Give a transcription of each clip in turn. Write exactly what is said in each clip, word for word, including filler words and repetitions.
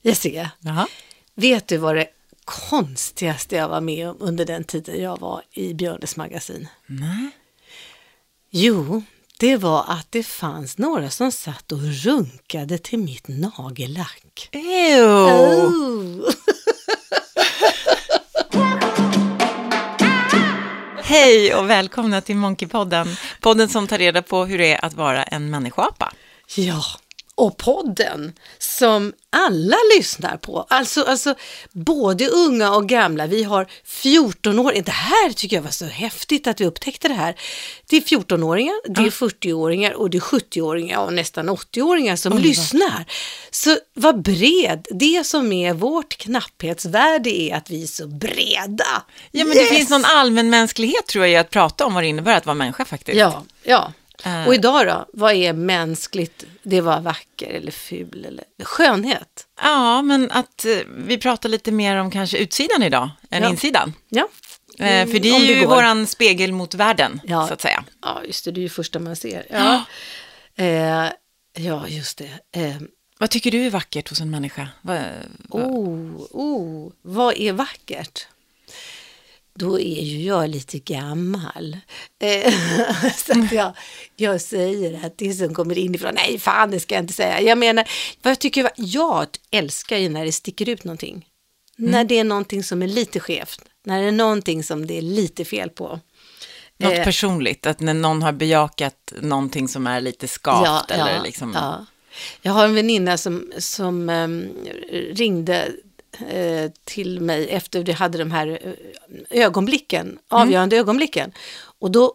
Jessica, Jaha. vet du vad det konstigaste jag var med om under den tiden jag var i Björnes magasin? Nej. Jo, det var att det fanns några som satt och runkade till mitt nagellack. Ew. Oh. Hej och välkomna till Monkeypodden. Podden som tar reda på hur det är att vara en människoapa. Ja, och podden som alla lyssnar på. Alltså, alltså både unga och gamla. Vi har fjorton år. Det här tycker jag var så häftigt att vi upptäckte det här. Det är fjorton-åringar, det är fyrtio-åringar och det är sjuttio-åringar och nästan åttio-åringar som Oj, lyssnar. Så vad bred. Det som är vårt knapphetsvärde är att vi är så breda. Ja, men yes! Det finns någon allmänmänsklighet tror jag i att prata om vad det innebär att vara människa faktiskt. Ja, ja. Uh. Och idag då, vad är mänskligt? Det var vacker eller ful eller skönhet. Ja, men att uh, vi pratar lite mer om kanske utsidan idag än ja. insidan. Ja. Mm, uh, för det är ju det våran spegel mot världen, ja. så att säga. Ja, just det, det är ju första man ser. Ja, uh, ja just det. Uh. Vad tycker du är vackert hos en människa? Vad, vad... Oh, oh, vad är vackert? Då är ju jag lite gammal. Så att jag, jag säger att det som kommer inifrån, nej fan det ska jag inte säga. Jag menar, vad jag tycker, jag älskar ju när det sticker ut någonting. Mm. När det är någonting som är lite skevt. När det är någonting som det är lite fel på. Något eh, personligt, att när någon har bejakat någonting som är lite skavt. Ja, eller ja, liksom... ja. Jag har en väninna som, som um, ringde till mig efter vi hade de här ögonblicken, avgörande mm. ögonblicken. Och då,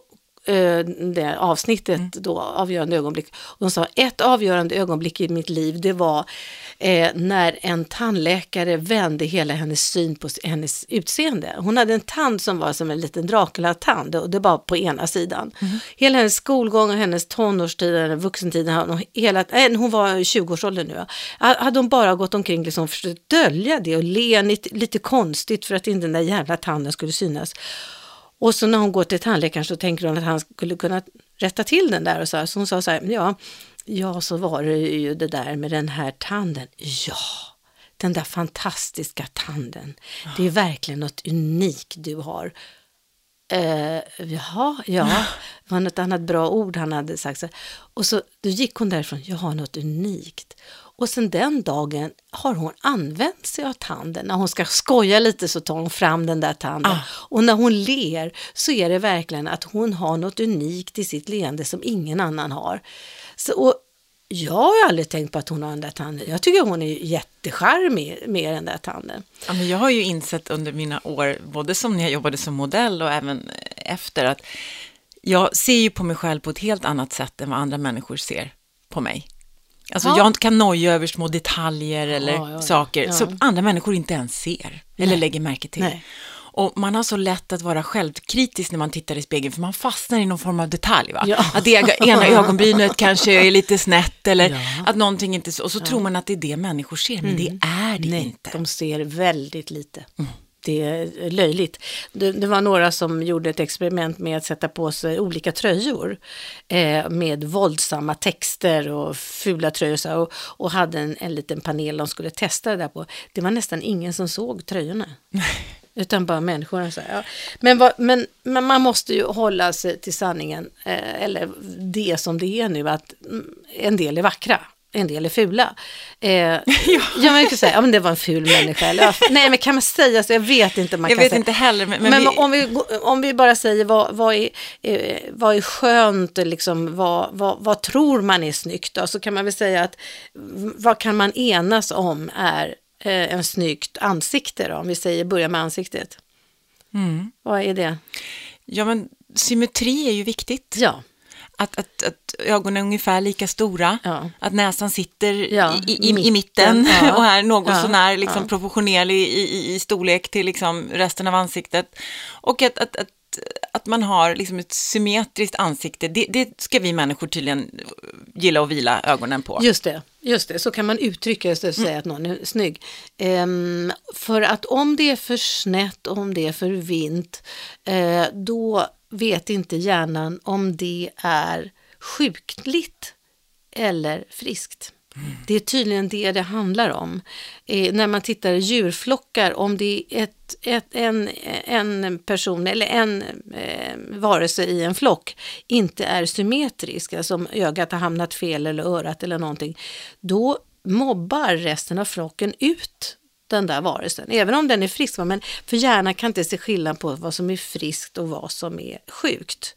det avsnittet mm. då, avgörande ögonblick, och de sa, ett avgörande ögonblick i mitt liv, det var eh, när en tandläkare vände hela hennes syn på hennes utseende. Hon hade en tand som var som en liten Dracula-tand, och det var på ena sidan. Mm. Hela hennes skolgång och hennes tonårstid, hennes vuxentid, hela, äh, hon var tjugo-årsåldern nu, hade hon bara gått omkring liksom för att dölja det och le lite, lite konstigt för att inte den där jävla tanden skulle synas. Och så när hon går till tandläkaren så tänker hon att han skulle kunna rätta till den där. Och så, så hon sa så här, ja, ja så var det ju det där med den här tanden. Ja, den där fantastiska tanden. Ja. Det är verkligen något unikt du har. Uh, jaha, ja, det var något annat bra ord han hade sagt. Och så då gick hon därifrån, jag har något unikt. Och sen den dagen har hon använt sig av tanden. När hon ska skoja lite så tar hon fram den där tanden. Ah. Och när hon ler så är det verkligen att hon har något unikt i sitt leende som ingen annan har. Så, och jag har aldrig tänkt på att hon har den där tanden. Jag tycker hon är jättecharmig med den där tanden. Ja, men jag har ju insett under mina år, både som när jag jobbade som modell och även efter, att jag ser ju på mig själv på ett helt annat sätt än vad andra människor ser på mig. Alltså ja. Jag kan noja över små detaljer eller ja, ja, saker ja. Som andra människor inte ens ser eller Nej. Lägger märke till. Nej. Och man har så lätt att vara självkritisk när man tittar i spegeln, för man fastnar i någon form av detalj, va? Ja. Att det ena ögonbrynet kanske är lite snett eller ja. Att någonting inte så, och så ja. Tror man att det är det människor ser, men mm. det är det Nej, inte. De ser väldigt lite. Mm. Det är löjligt. Det, det var några som gjorde ett experiment med att sätta på sig olika tröjor eh, med våldsamma texter och fula tröjor så, och, och hade en, en liten panel de skulle testa det där på. Det var nästan ingen som såg tröjorna. Utan bara människorna. Så, ja. men, vad, men, men man måste ju hålla sig till sanningen, eh, eller det som det är nu, att en del är vackra. En del är fula. Eh, ja. Ja, man kan säga, ja, men det var en ful människa. Eller, nej, men kan man säga så? Jag vet inte. Man jag kan vet säga. inte heller. Men, men, men vi... om, vi, om vi bara säger vad, vad, är, eh, vad är skönt, liksom, vad, vad, vad tror man är snyggt då? Så kan man väl säga att vad kan man enas om är eh, en snyggt ansikte då? Om vi säger börja med ansiktet. Mm. Vad är det? Ja, men symmetri är ju viktigt. Ja. Att, att, att ögonen är ungefär lika stora, ja. Att näsan sitter ja, i, i, i mitten ja. Och är något ja. sånär liksom ja. Proportionell i, i, i storlek till liksom resten av ansiktet. Och att, att, att, att man har liksom ett symmetriskt ansikte, det, det ska vi människor tydligen gilla och vila ögonen på. Just det, just det. Så kan man uttrycka det och säga mm. att någon är snygg. Um, för att om det är för snett, om det är för vint, uh, då vet inte hjärnan om det är sjukligt eller friskt. Mm. Det är tydligen det det handlar om. Eh, när man tittar i djurflockar, om det är ett, ett, en, en person eller en eh, varelse i en flock inte är symmetrisk, alltså om ögat har hamnat fel eller örat eller någonting, då mobbar resten av flocken ut den där varelsen, även om den är frisk. Men för hjärnan kan inte se skillnad på vad som är friskt och vad som är sjukt.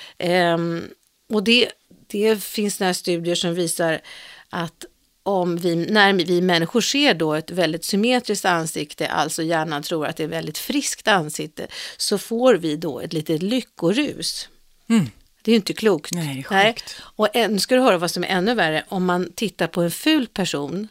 Um, och det, det finns några studier som visar att om vi, när vi människor ser då ett väldigt symmetriskt ansikte, alltså hjärnan tror att det är ett väldigt friskt ansikte, så får vi då ett litet lyckorus. Mm. Det är ju inte klokt. Nej, det är sjukt. Nej. Och nu ska du höra vad som är ännu värre. Om man tittar på en ful person,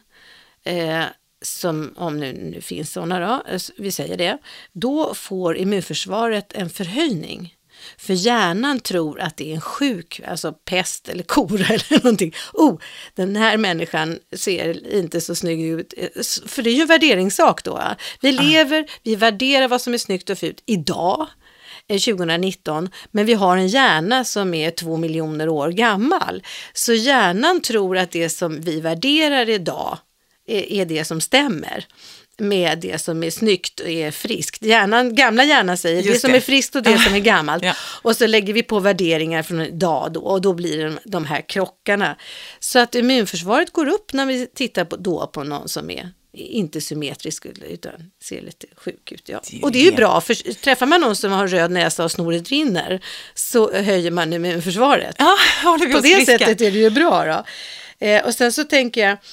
eh, som om nu, nu finns sådana då, vi säger det, då får immunförsvaret en förhöjning. För hjärnan tror att det är en sjuk, alltså pest eller kora eller någonting. Oh, den här människan ser inte så snygg ut. För det är ju en värderingssak då. Vi lever, vi värderar vad som är snyggt och fult idag, tjugonitton, men vi har en hjärna som är två miljoner år gammal. Så hjärnan tror att det som vi värderar idag är, är det som stämmer med det som är snyggt och är friskt. Hjärnan, gamla hjärnan säger Just det som det. är friskt och det som är gammalt. Ja. Och så lägger vi på värderingar från idag då, och då blir det de här krockarna. Så att immunförsvaret går upp när vi tittar på, då på någon som är inte symmetrisk utan ser lite sjuk ut. Ja. Och det är ju bra, för träffar man någon som har röd näsa och snoret rinner, så höjer man immunförsvaret. Ja, håller vi på oss det friska. sättet är det ju bra då. Eh, och sen så tänker jag,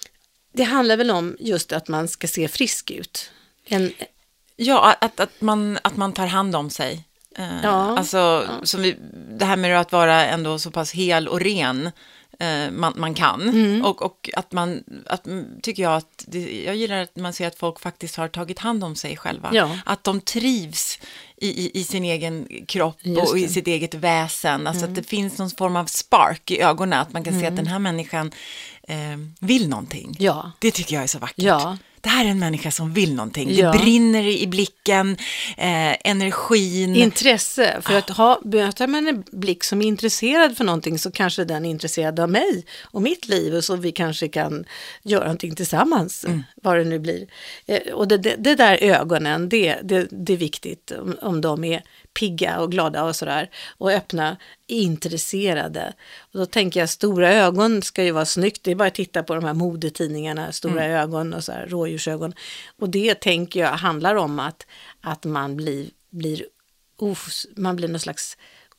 det handlar väl om just att man ska se frisk ut. En... Ja, att, att, man, att man tar hand om sig. Eh, Ja, alltså, ja. Som vi, det här med att vara ändå så pass hel och ren eh, man, man kan. Mm. Och, och att man, att, tycker jag att, det, jag gillar att man ser att folk faktiskt har tagit hand om sig själva. Ja. Att de trivs i, i, i sin egen kropp Just och i det. sitt eget väsen. Alltså Mm. att det finns någon form av spark i ögonen. Att man kan se att den här människan eh, vill någonting. Ja. Det tycker jag är så vackert. Ja. Det här är en människa som vill någonting. Ja. Det brinner i blicken, eh, energin. Intresse, för att ha, möter man en blick som är intresserad för någonting, så kanske den är intresserad av mig och mitt liv, och så vi kanske kan göra någonting tillsammans, mm. vad det nu blir. Eh, och det, det, det där ögonen, det, det, det är viktigt om, om de är pigga och glada och sådär, och öppna, intresserade. Och då tänker jag, stora ögon ska ju vara snyggt. Det är bara att titta på de här modetidningarna, stora mm. ögon och så här, rådjursögon. Och det tänker jag handlar om att, att man blir, blir, os, man blir någon slags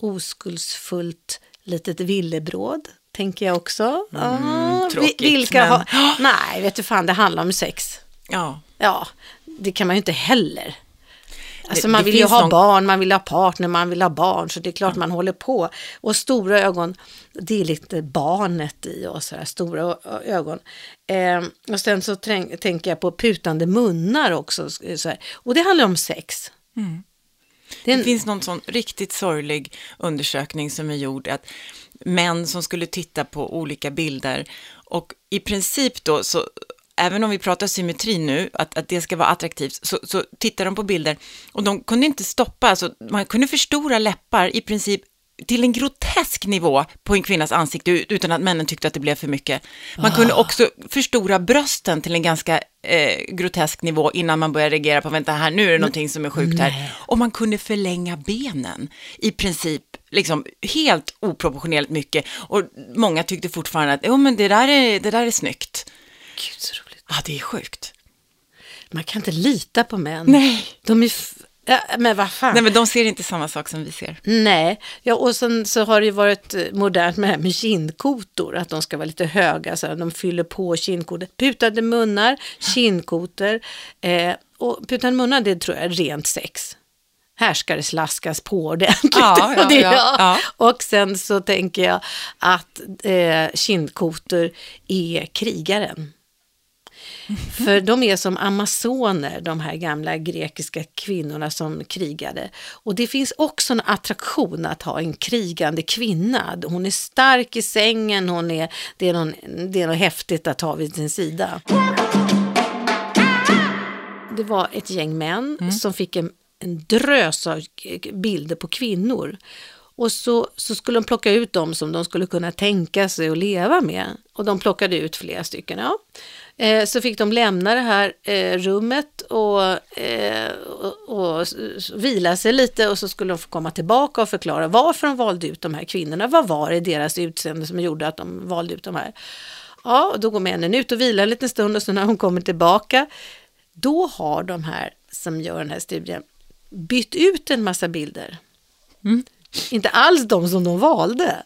oskuldsfullt litet villebråd, tänker jag också. Mm, ah, tråkigt, vilka men... har, nej, vet du fan, det handlar om sex. Ja. Ja, det kan man ju inte heller. Alltså Det- man det vill ju finns ha någon- barn, man vill ha partner, man vill ha barn, så det är klart man håller på. Och stora ögon, det är lite barnet i oss, så här, stora ö- ögon. Eh, och sen så träng, tänker jag på putande munnar också. Så här. Och det handlar om sex. Mm. Det är en, Det finns någon sån riktigt sorglig undersökning som är gjord, att män som skulle titta på olika bilder, och i princip då så, även om vi pratar symmetri nu, att, att det ska vara attraktivt, så, så tittar de på bilder och de kunde inte stoppa, alltså man kunde förstora läppar i princip till en grotesk nivå på en kvinnas ansikte utan att männen tyckte att det blev för mycket. Man Ah. kunde också förstora brösten till en ganska eh, grotesk nivå innan man började reagera på, vänta här, nu är det någonting som är sjukt här. Nej. Och man kunde förlänga benen i princip liksom helt oproportionerligt mycket, och många tyckte fortfarande att oh, men det, där är, det där är snyggt. Gud, så roligt. Ja, det är sjukt. Man kan inte lita på män. Nej. De är f- ja, men vad fan. Nej, men de ser inte samma sak som vi ser. Nej, ja, och sen så har det ju varit modernt med det här med kindkotor, att de ska vara lite höga, så här, de fyller på kindkotor. Putade munnar, kindkotor, eh, och putade munnar, det tror jag är rent sex. Här ska det slaskas på ordentligt. Ja, ja, Och det- ja, ja. Och sen så tänker jag att eh, kindkotor är krigaren. För de är som amazoner, de här gamla grekiska kvinnorna som krigade. Och det finns också en attraktion att ha en krigande kvinna. Hon är stark i sängen, hon är, det, är någon, det är något häftigt att ha vid sin sida. Det var ett gäng män Mm. som fick en, en drös av bilder på kvinnor. Och så, så skulle de plocka ut dem som de skulle kunna tänka sig att leva med. Och de plockade ut flera stycken. Ja. Eh, så fick de lämna det här eh, rummet och, eh, och, och vila sig lite. Och så skulle de få komma tillbaka och förklara varför de valde ut de här kvinnorna. Vad var det i deras utseende som gjorde att de valde ut de här? Ja, och då går männen ut och vilar en liten stund. Och så när hon kommer tillbaka, då har de här som gör den här studien bytt ut en massa bilder. Mm. Inte alls de som de valde.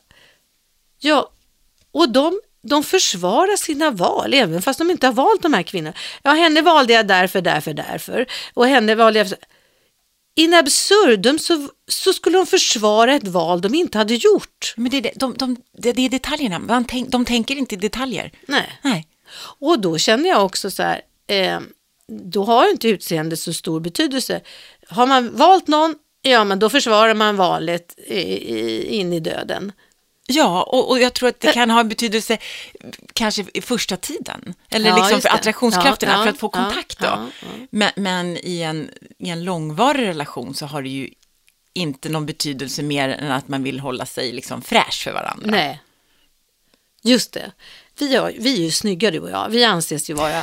Ja, och de, de försvarar sina val, även fast de inte har valt de här kvinnorna. Ja, henne valde jag därför, därför, därför. Och henne valde jag... In absurdum så, så skulle de försvara ett val de inte hade gjort. Men det är, de, de, det, det är detaljerna. Man tänk, de tänker inte i detaljer. Nej. Nej. Och då känner jag också så här... Eh, då har inte utseende så stor betydelse. Har man valt någon, ja, men då försvarar man valet i, i, in i döden. Ja, och, och jag tror att det kan ha betydelse kanske i första tiden. Eller Ja, liksom just för det. attraktionskrafterna, Ja, ja, för att få ja, kontakt då. ja, ja. Men, men i, en, i en långvarig relation så har det ju inte någon betydelse mer än att man vill hålla sig liksom fräsch för varandra. Nej, just det. Vi, har, vi är ju snygga, du och jag. Vi anses ju vara...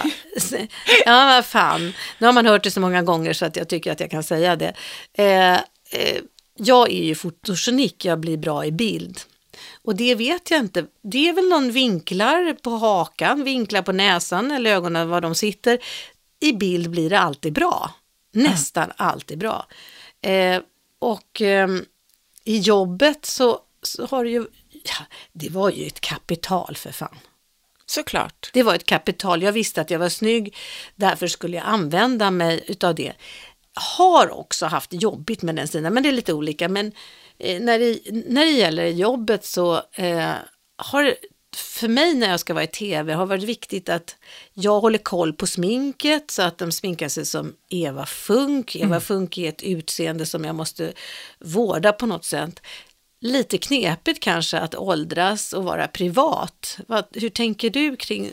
Ja, vad fan. Nu har man hört det så många gånger så att jag tycker att jag kan säga det. Eh, eh, jag är ju fotogenik, jag blir bra i bild. Och det vet jag inte. Det är väl någon vinklar på hakan, vinklar på näsan eller ögonen var de sitter. I bild blir det alltid bra. Nästan mm. alltid bra. Eh, och eh, i jobbet så, så har det ju... Ja, det var ju ett kapital för fan. Såklart. Det var ett kapital. Jag visste att jag var snygg. Därför skulle jag använda mig utav det. Har också haft jobbigt med den sidan. Men det är lite olika. Men eh, när, det, när det gäller jobbet så eh, har för mig när jag ska vara i tv har varit viktigt att jag håller koll på sminket. Så att de sminkar sig som Eva Funk. Eva mm. Funk är ett utseende som jag måste vårda på något sätt. Lite knepigt kanske att åldras och vara privat. Vad, hur tänker du kring...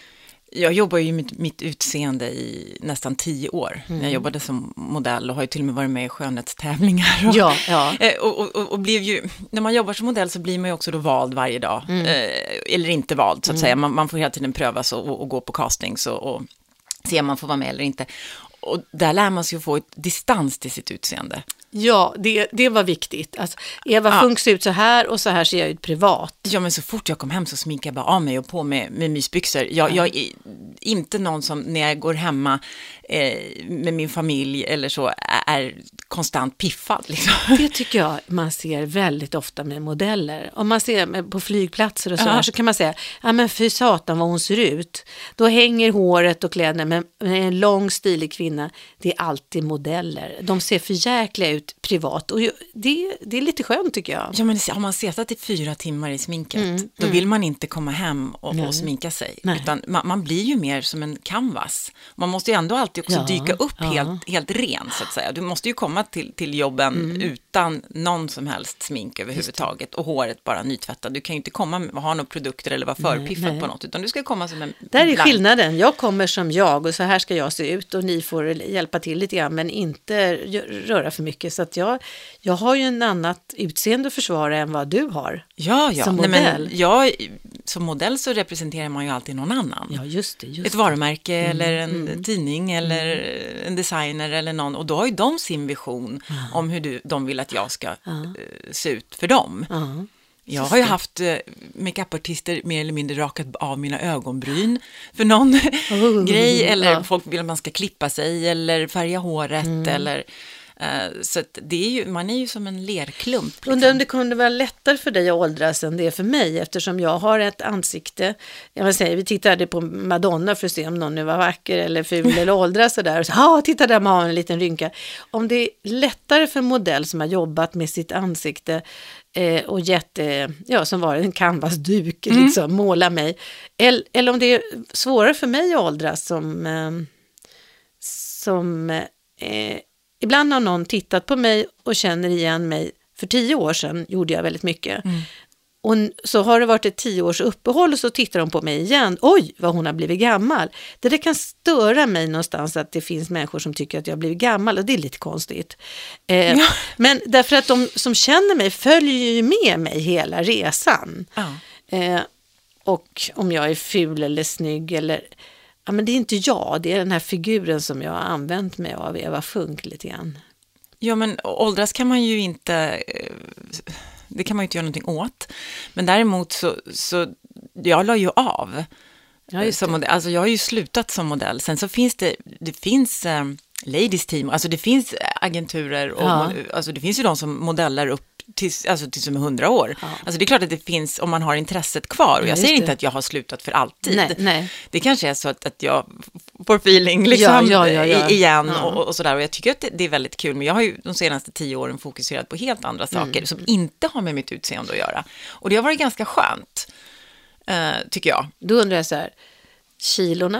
Jag jobbar ju med mitt utseende i nästan tio år. Mm. Jag jobbade som modell och har ju till och med varit med i skönhetstävlingar. Och, ja, ja. och, och, och blev ju, när man jobbar som modell så blir man ju också då vald varje dag. Mm. Eh, eller inte vald så att mm. säga. Man, man får hela tiden prövas och, och, och gå på castings och, och se om man får vara med eller inte. Och där lär man sig att få ett distans till sitt utseende. Ja, det, det var viktigt. Alltså, Eva ja. Funk ser ut så här och så här ser jag ut privat. Ja, men så fort jag kom hem så sminkade jag bara av mig och på med, med mysbyxor. Jag, ja. jag är inte någon som när jag går hemma eh, med min familj eller så är konstant piffad. Liksom. Det tycker jag man ser väldigt ofta med modeller. Om man ser på flygplatser och så, ja. så kan man säga, ja men fy satan vad hon ser ut. Då hänger håret och kläderna med en lång stilig kvinna. Det är alltid modeller. De ser för jäkla ut privat och det, det är lite skönt tycker jag. Ja, men har man suttit i fyra timmar i sminket mm, då mm. vill man inte komma hem och, och sminka sig. Nej. Utan man, man blir ju mer som en canvas. Man måste ju ändå alltid också ja, dyka upp ja. helt, helt ren så att säga. Du måste ju komma till, till jobben mm. utan någon som helst smink överhuvudtaget och håret bara nytvättat. Du kan ju inte komma och ha några produkter eller vara förpiffad på något utan du ska komma som en där är blank. Skillnaden. Jag kommer som jag och så här ska jag se ut och ni får hjälpa till lite grann men inte röra för mycket. Så att jag, jag har ju en annat utseende att försvara än vad du har. Ja, ja. Som modell. Nej, men jag, som modell så representerar man ju alltid någon annan. Ja, just det. Just Ett varumärke mm, eller en mm, tidning eller mm. en designer eller någon. Och då har ju de sin vision mm. om hur du, de vill att jag ska mm. uh, se ut för dem. Mm. Jag har ju haft uh, make-up-artister mer eller mindre rakat av mina ögonbryn för någon oh, grej. Eller ja. folk vill att man ska klippa sig eller färga håret mm. eller... Uh, så att det är ju, man är ju som en lerklump. Liksom. Undrar om det kunde vara lättare för dig att åldras än det är för mig eftersom jag har ett ansikte. Jag vill säga, vi tittade på Madonna för att se om någon nu var vacker eller ful eller åldras sådär. Och så, ja, titta där man har en liten rynka. Om det är lättare för en modell som har jobbat med sitt ansikte eh, och gett, eh, ja, som var en canvasduk, mm. liksom, måla mig. Eller, eller om det är svårare för mig att åldras som, eh, som eh, ibland har någon tittat på mig och känner igen mig. För tio år sedan gjorde jag väldigt mycket. Mm. Och så har det varit ett tio års uppehåll och så tittar de på mig igen. Oj, vad hon har blivit gammal. Det där kan störa mig någonstans att det finns människor som tycker att jag har blivit gammal och det är lite konstigt. Eh, Ja. Men därför att de som känner mig följer ju med mig hela resan. Ja. Eh, och om jag är ful eller snygg eller... Ja, men det är inte jag, det är den här figuren som jag har använt mig av, Eva Funk lite grann. Ja, men åldras kan man ju inte, eh, det kan man ju inte göra någonting åt. Men däremot så, så jag la ju av. Ja, just som det. modell. Alltså jag har ju slutat som modell. Sen så finns det, det finns eh, ladies team, alltså det finns agenturer och Ja. alltså det finns ju de som modellar upp tills, alltså tills de är hundra år. Ja. Alltså det är klart att det finns om man har intresset kvar. Och Ja, jag just säger det. inte att jag har slutat för alltid. Nej, nej. Det kanske är så att, att jag får feeling liksom, Ja, ja, ja, ja. i- igen Ja. och, och sådär. Och jag tycker att det, det är väldigt kul. Men jag har ju de senaste tio åren fokuserat på helt andra saker Mm. som inte har med mitt utseende att göra. Och det har varit ganska skönt, eh, tycker jag. Då undrar jag så här, kilorna,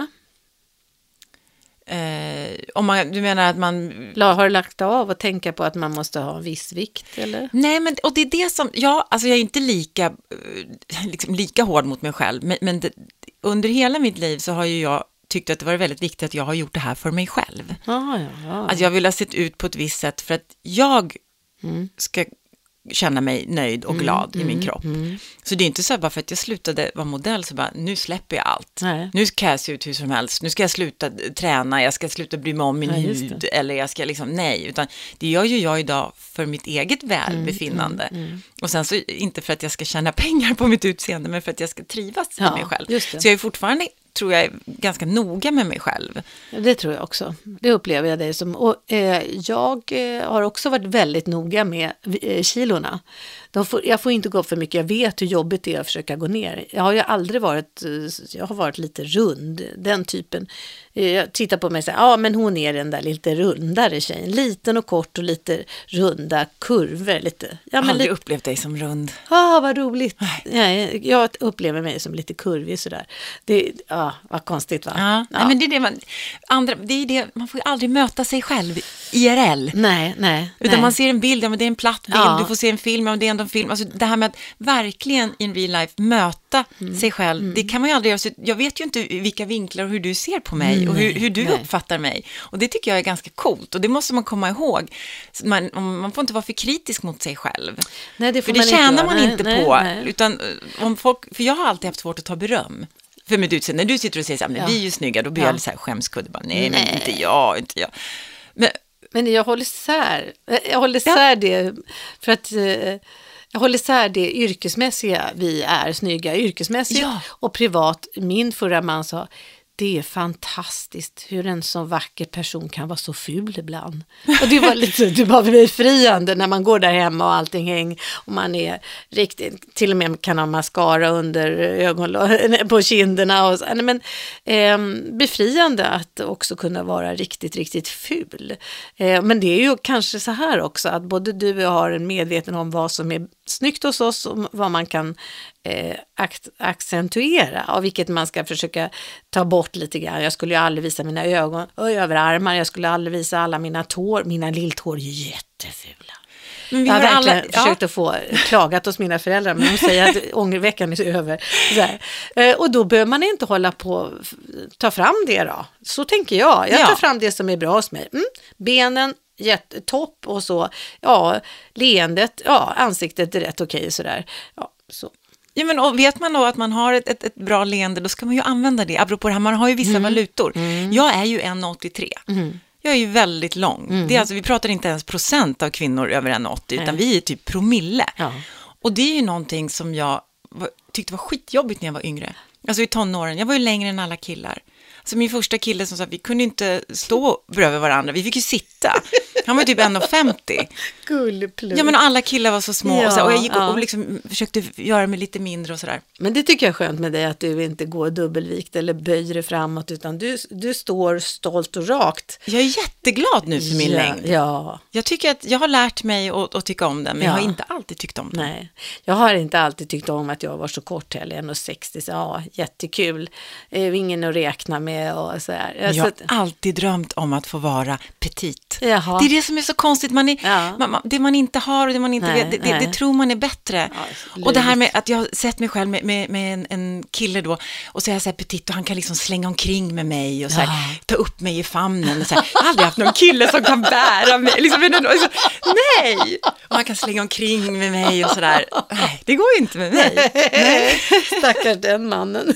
Eh, om man, du menar att man... La- har du lagt av och tänka på att man måste ha en viss vikt eller? Nej, men och det är det som... Ja, alltså jag är inte lika, eh, liksom, lika hård mot mig själv. Men, men det, under hela mitt liv så har ju jag tyckt att det var väldigt viktigt att jag har gjort det här för mig själv. Ja, ja, ja. Att jag vill ha sett ut på ett visst sätt för att jag Mm. ska känna mig nöjd och glad i min kropp. Mm. Så det är inte så här bara för att jag slutade vara modell så bara, nu släpper jag allt. Nej. Nu ska jag se ut hur som helst. Nu ska jag sluta träna, jag ska sluta bry mig om min Ja, just hud. Eller jag ska liksom, nej. Utan det gör ju jag idag för mitt eget välbefinnande. Mm, mm, mm. Och sen så inte för att jag ska tjäna pengar på mitt utseende, men för att jag ska trivas Ja, med mig själv. just det. Så jag är fortfarande, tror jag, ganska noga med mig själv. Det tror jag också. Det upplever jag det som. Och, eh, jag eh, har också varit väldigt noga med eh, kilorna. De får, jag får inte gå upp för mycket. Jag vet hur jobbigt det är att försöka gå ner. Jag har ju aldrig varit, eh, jag har varit lite rund, den typen. Eh, jag tittar på mig och säger, ja men hon är den där lite rundare tjejen. Liten och kort och lite runda kurvor. Lite. Ja, Jag har men aldrig lite, upplevt dig som rund. ah, vad roligt. Nej, jag upplever mig som lite kurvig sådär. Det, ja, vad konstigt va? Ja, Nej, men det är det man, andra, det är det, man får ju aldrig möta sig själv I R L. Nej, nej. Utan nej. man ser en bild, ja men det är en platt bild, Ja. du får se en film, ja men det är ändå en film. Alltså det här med att verkligen in real life möta sig själv, det kan man ju aldrig göra. Så jag vet ju inte vilka vinklar och hur du ser på mig Mm, och hur, nej, hur du nej. uppfattar mig. Och det tycker jag är ganska coolt och det måste man komma ihåg. Så man, man får inte vara för kritisk mot sig själv. Nej, det får För det man tjänar inte man göra. inte Nej, på. nej, nej. Utan eh, om folk, för jag har alltid haft svårt att ta beröm för mitt utseende. När du sitter och säger så här, men Ja. vi är ju snygga, då blir Ja. jag lite så här skämskudde. Bara, nej, Nej. men inte jag, inte jag. Men Men jag håller sär, jag håller sär det, för att eh, jag håller sär det yrkesmässiga, vi är snygga yrkesmässigt Ja. och privat. Min förra man sa, det är fantastiskt hur en så vacker person kan vara så ful ibland. Och det var lite, det var befriande när man går där hemma och allting häng och man är riktigt, till och med kan ha mascara under ögon på kinderna och så. Nej, men eh, befriande att också kunna vara riktigt, riktigt ful. Eh, men det är ju kanske så här också att både du och jag har en medveten om vad som är snyggt hos oss och vad man kan eh, akt- accentuera och vilket man ska försöka ta bort lite grann. Jag skulle ju aldrig visa mina ögon och överarmar, jag skulle aldrig visa alla mina tår, mina lilltår är jättefula. Men vi Jag har har verkligen alla- ja. försökt att få klagat hos mina föräldrar, men de säger att ångerveckan är över. Så här. Eh, Och då behöver man inte hålla på och f- ta fram det då. Så tänker jag. Jag tar Ja. fram det som är bra hos mig. Mm. Benen, jättetopp och så. Ja, leendet, ja, ansiktet är rätt okej sådär. Ja, så. Ja, men och vet man då att man har ett, ett, ett bra leende, då ska man ju använda det. Apropå det här, man har ju vissa valutor. Jag är ju en komma åttiotre. Mm. Jag är ju väldigt lång. Det är alltså, vi pratar inte ens procent av kvinnor över en komma åttio, utan Nej. vi är typ promille. Ja. Och det är ju någonting som jag var, tyckte var skitjobbigt när jag var yngre. Alltså i tonåren. Jag var ju längre än alla killar. Alltså min första kille som sa att vi kunde inte stå bredvid varandra. Vi fick ju sitta. Han var typ en komma femtio. Gulleplutt. Ja, men alla killar var så små. Ja, och, så, och jag gick ja. och liksom försökte göra mig lite mindre och sådär. Men det tycker jag är skönt med dig, att du inte går dubbelvikt eller böjer dig framåt, utan du, du står stolt och rakt. Jag är jätteglad nu för min ja, längd. Ja, Jag tycker att jag har lärt mig att, att tycka om den, men Ja. jag har inte alltid tyckt om den. nej. Jag har inte alltid tyckt om att jag var så kort heller, en komma sextio, så ja, jättekul. Eh, ingen att räkna med och så här. Jag Så har att, alltid drömt om att få vara petit. Jaha. Det är det som är så konstigt. Man är, Ja. man, man, det man inte har och det man inte Nej, vet, det, det, nej. det tror man är bättre. Ja, och det här med att jag har sett mig själv med, med, med en, en kille då, och så är jag så här petit och han kan liksom slänga omkring med mig och så här, Ja. ta upp mig i famnen. Och så här. Jag har aldrig haft någon kille som kan bära mig. Liksom, och så, nej! Och han kan slänga omkring med mig och sådär. Nej, det går ju inte med mig. Nej. Stackars den mannen.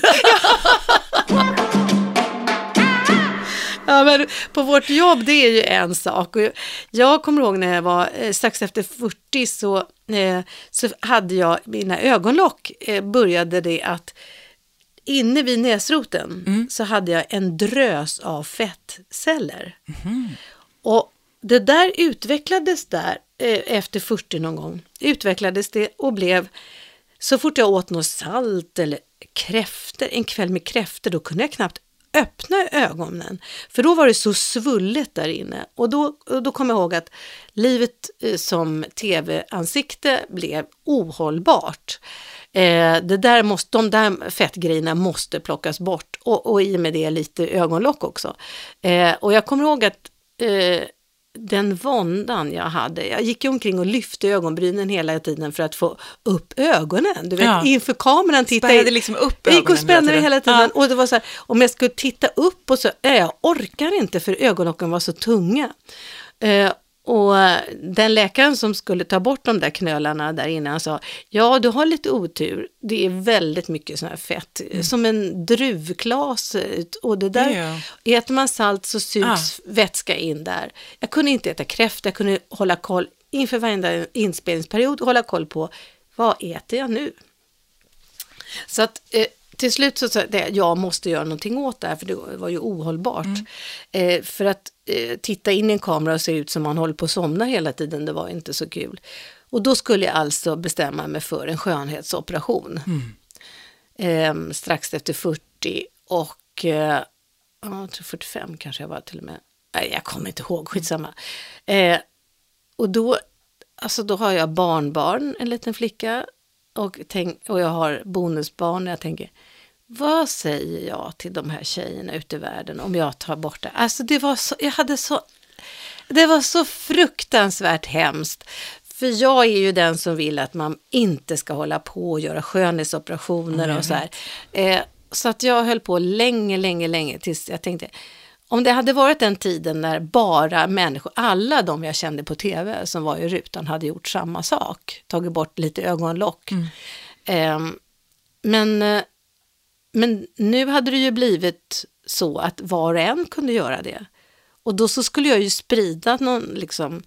Ja, men på vårt jobb, det är ju en sak. Och jag kommer ihåg när jag var eh, strax efter fyrtio så, eh, så hade jag mina ögonlock, eh, började det att inne vid näsroten Mm. så hade jag en drös av fettceller. Mm. Och det där utvecklades där eh, efter fyrtio någon gång. Utvecklades det och blev, så fort jag åt något salt eller kräftor, en kväll med kräftor, då kunde jag knappt öppna ögonen. För då var det så svullet där inne. Och då, och då kom jag ihåg att livet eh, som tv-ansikte blev ohållbart. Eh, det där måste, de där fettgrejerna måste plockas bort. Och, och i och med det lite ögonlock också. Eh, och jag kommer ihåg att eh, den våndan jag hade, jag gick ju omkring och lyfte ögonbrynen hela tiden för att få upp ögonen. Du vet, Ja. inför kameran tittade Spärrade liksom upp jag gick och ögonen spände hela hela tiden. tiden. Och det var så här, om jag skulle titta upp och så, äh, jag orkar inte för ögonlocken var så tunga. Eh, och den läkaren som skulle ta bort de där knölarna där inne, han sa, ja du har lite otur, det är väldigt mycket sån här fett, mm. som en druvklas, och det där, Ja. äter man salt så sugs Ah. vätska in där. Jag kunde inte äta kräftor, jag kunde hålla koll inför varje inspelningsperiod, hålla koll på, vad äter jag nu? Så att eh, till slut så sa jag, jag måste göra någonting åt det här, för det var ju ohållbart. Mm. Eh, för att eh, titta in i en kamera och se ut som man håller på att somna hela tiden, det var inte så kul. Och då skulle jag alltså bestämma mig för en skönhetsoperation. Mm. Eh, strax efter fyrtio och eh, jag tror fyrtiofem kanske jag var till och med. Nej, jag kommer inte ihåg, skitsamma. Eh, och då, alltså då har jag barnbarn, en liten flicka. Och, tänk, och jag har bonusbarn och jag tänker, vad säger jag till de här tjejerna ute i världen om jag tar bort det? Alltså det var så, jag hade så, det var så fruktansvärt hemskt. För jag är ju den som vill att man inte ska hålla på och göra skönhetsoperationer mm. och så här. Eh, så att jag höll på länge, länge, länge tills jag tänkte, om det hade varit den tiden när bara människor, alla de jag kände på tv som var i rutan hade gjort samma sak. Tagit bort lite ögonlock. Mm. Eh, men, men nu hade det ju blivit så att var och en kunde göra det. Och då så skulle jag ju sprida någon liksom,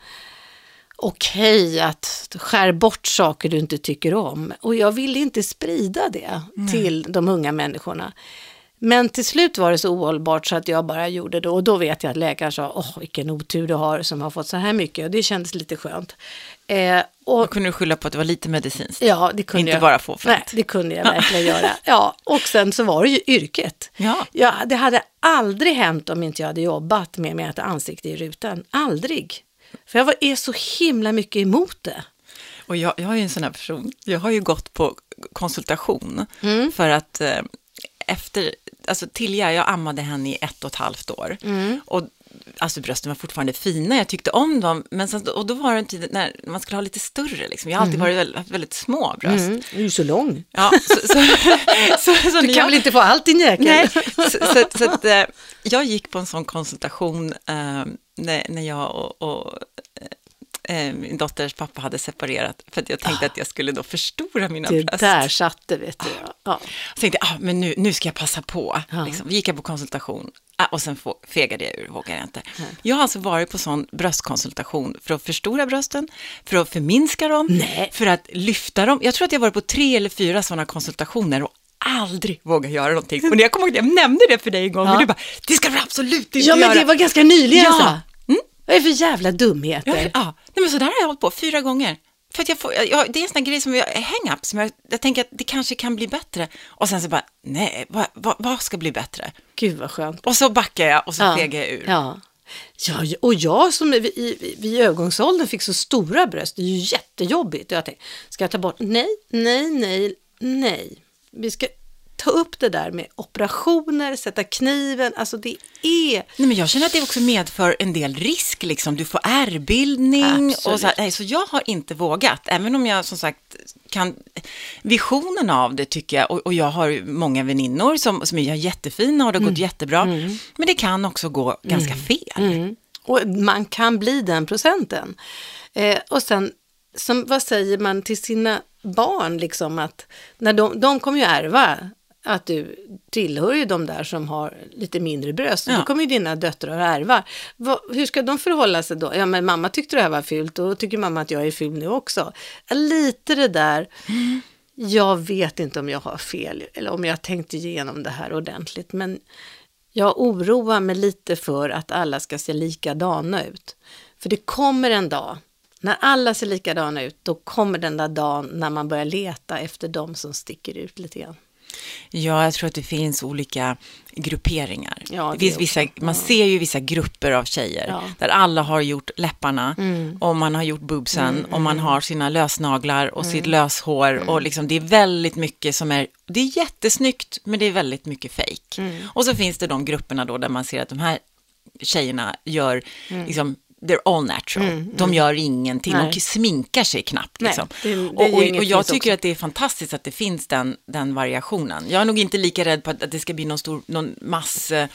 okej okay, att skär bort saker du inte tycker om. Och jag ville inte sprida det mm. till de unga människorna. Men till slut var det så ohållbart så att jag bara gjorde det. Och då vet jag att läkaren sa, åh vilken otur du har som har fått så här mycket. Och det kändes lite skönt. Eh, och, då kunde du skylla på att det var lite medicinskt. Ja, det kunde inte jag. bara få fett. Nej, det kunde jag verkligen göra. Ja, och sen så var det ju yrket. Ja. Ja, det hade aldrig hänt om inte jag hade jobbat med, med ett ansikte i rutan. Aldrig. För jag var, är så himla mycket emot det. Och jag, jag är ju en sån här person. Jag har ju gått på konsultation mm. för att eh, efter, alltså Tilja, jag ammade henne i ett och ett halvt år. Mm. Och alltså brösten var fortfarande fina, jag tyckte om dem. Men sen, och då var det en tid när man skulle ha lite större. Liksom. Jag har alltid mm. varit väldigt, väldigt små bröst. Mm. Du är ju så lång. Ja, så, så, så, så du kan jag, väl inte få allt i näken? Nej, så, så, så att, eh, jag gick på en sån konsultation eh, när, när jag och... och eh, min dotters pappa hade separerat för att jag tänkte ah, att jag skulle då förstora mina det bröst. Det där satte, vet du. Ja. Ja. Så tänkte jag, ah, men nu, nu ska jag passa på. Ja. Liksom. Gick jag på konsultation ah, och sen få, fegade jag ur, vågade jag inte. Ja. Jag har alltså varit på sån bröstkonsultation för att förstora brösten, för att förminska dem, Nej. för att lyfta dem. Jag tror att jag varit på tre eller fyra sådana konsultationer och aldrig våga göra någonting. Och jag kommer ihåg att jag nämnde det för dig en gång, ja. Och du bara, det ska du absolut inte ja, göra. Ja, men det var ganska nyligen. Ja. Så. Mm? Vad är det för jävla dumheter? Ja, ja. Nej, men så där har jag hållit på fyra gånger. För att jag får, jag, det är en sån här grej som jag hang-up, som jag, jag tänker att det kanske kan bli bättre. Och sen så bara, nej, vad, vad, vad ska bli bättre? Gud vad skönt. Och så backar jag och så ja. fegar jag ur. Ja. Ja, och jag som vid, vid, vid övergångsåldern fick så stora bröst, det är ju jättejobbigt. Jag tänkte, ska jag ta bort? Nej, nej, nej, nej. Vi ska ta upp det där med operationer, sätta kniven, alltså det är... Nej, men jag känner att det också medför en del risk, liksom. Du får ärrbildning och så, nej, så jag har inte vågat, även om jag som sagt kan, visionen av det tycker jag, och, och jag har många väninnor som, som är jättefina och det har mm. gått jättebra, mm. men det kan också gå ganska mm. fel. Mm. Och man kan bli den procenten. Eh, och sen, som, vad säger man till sina barn liksom, att när de, de kommer ju ärva att du tillhör ju de där som har lite mindre bröst. Ja. Då kommer ju dina döttrar att ärva. Va, hur ska de förhålla sig då? Ja, men mamma tyckte det här var fult och tycker mamma att jag är ful nu också. Lite det där, mm. jag vet inte om jag har fel eller om jag tänkte igenom det här ordentligt, men jag oroar mig lite för att alla ska se likadana ut. För det kommer en dag, när alla ser likadana ut, då kommer den där dagen när man börjar leta efter de som sticker ut lite grann. Ja, jag tror att det finns olika grupperingar. Ja, det finns vissa, man ja. ser ju vissa grupper av tjejer ja. där alla har gjort läpparna mm. och man har gjort boobsen mm, och man har sina lösnaglar och mm. sitt löshår mm. och liksom, det är väldigt mycket som är, det är jättesnyggt men det är väldigt mycket fake. Mm. Och så finns det de grupperna då där man ser att de här tjejerna gör mm. liksom they're all natural. Mm, de gör mm. ingenting. Nej. De sminkar sig knappt. Liksom. Nej, det, det och, och, och jag tycker också att det är fantastiskt att det finns den, den variationen. Jag är nog inte lika rädd på att, att det ska bli någon stor någon mass, eh,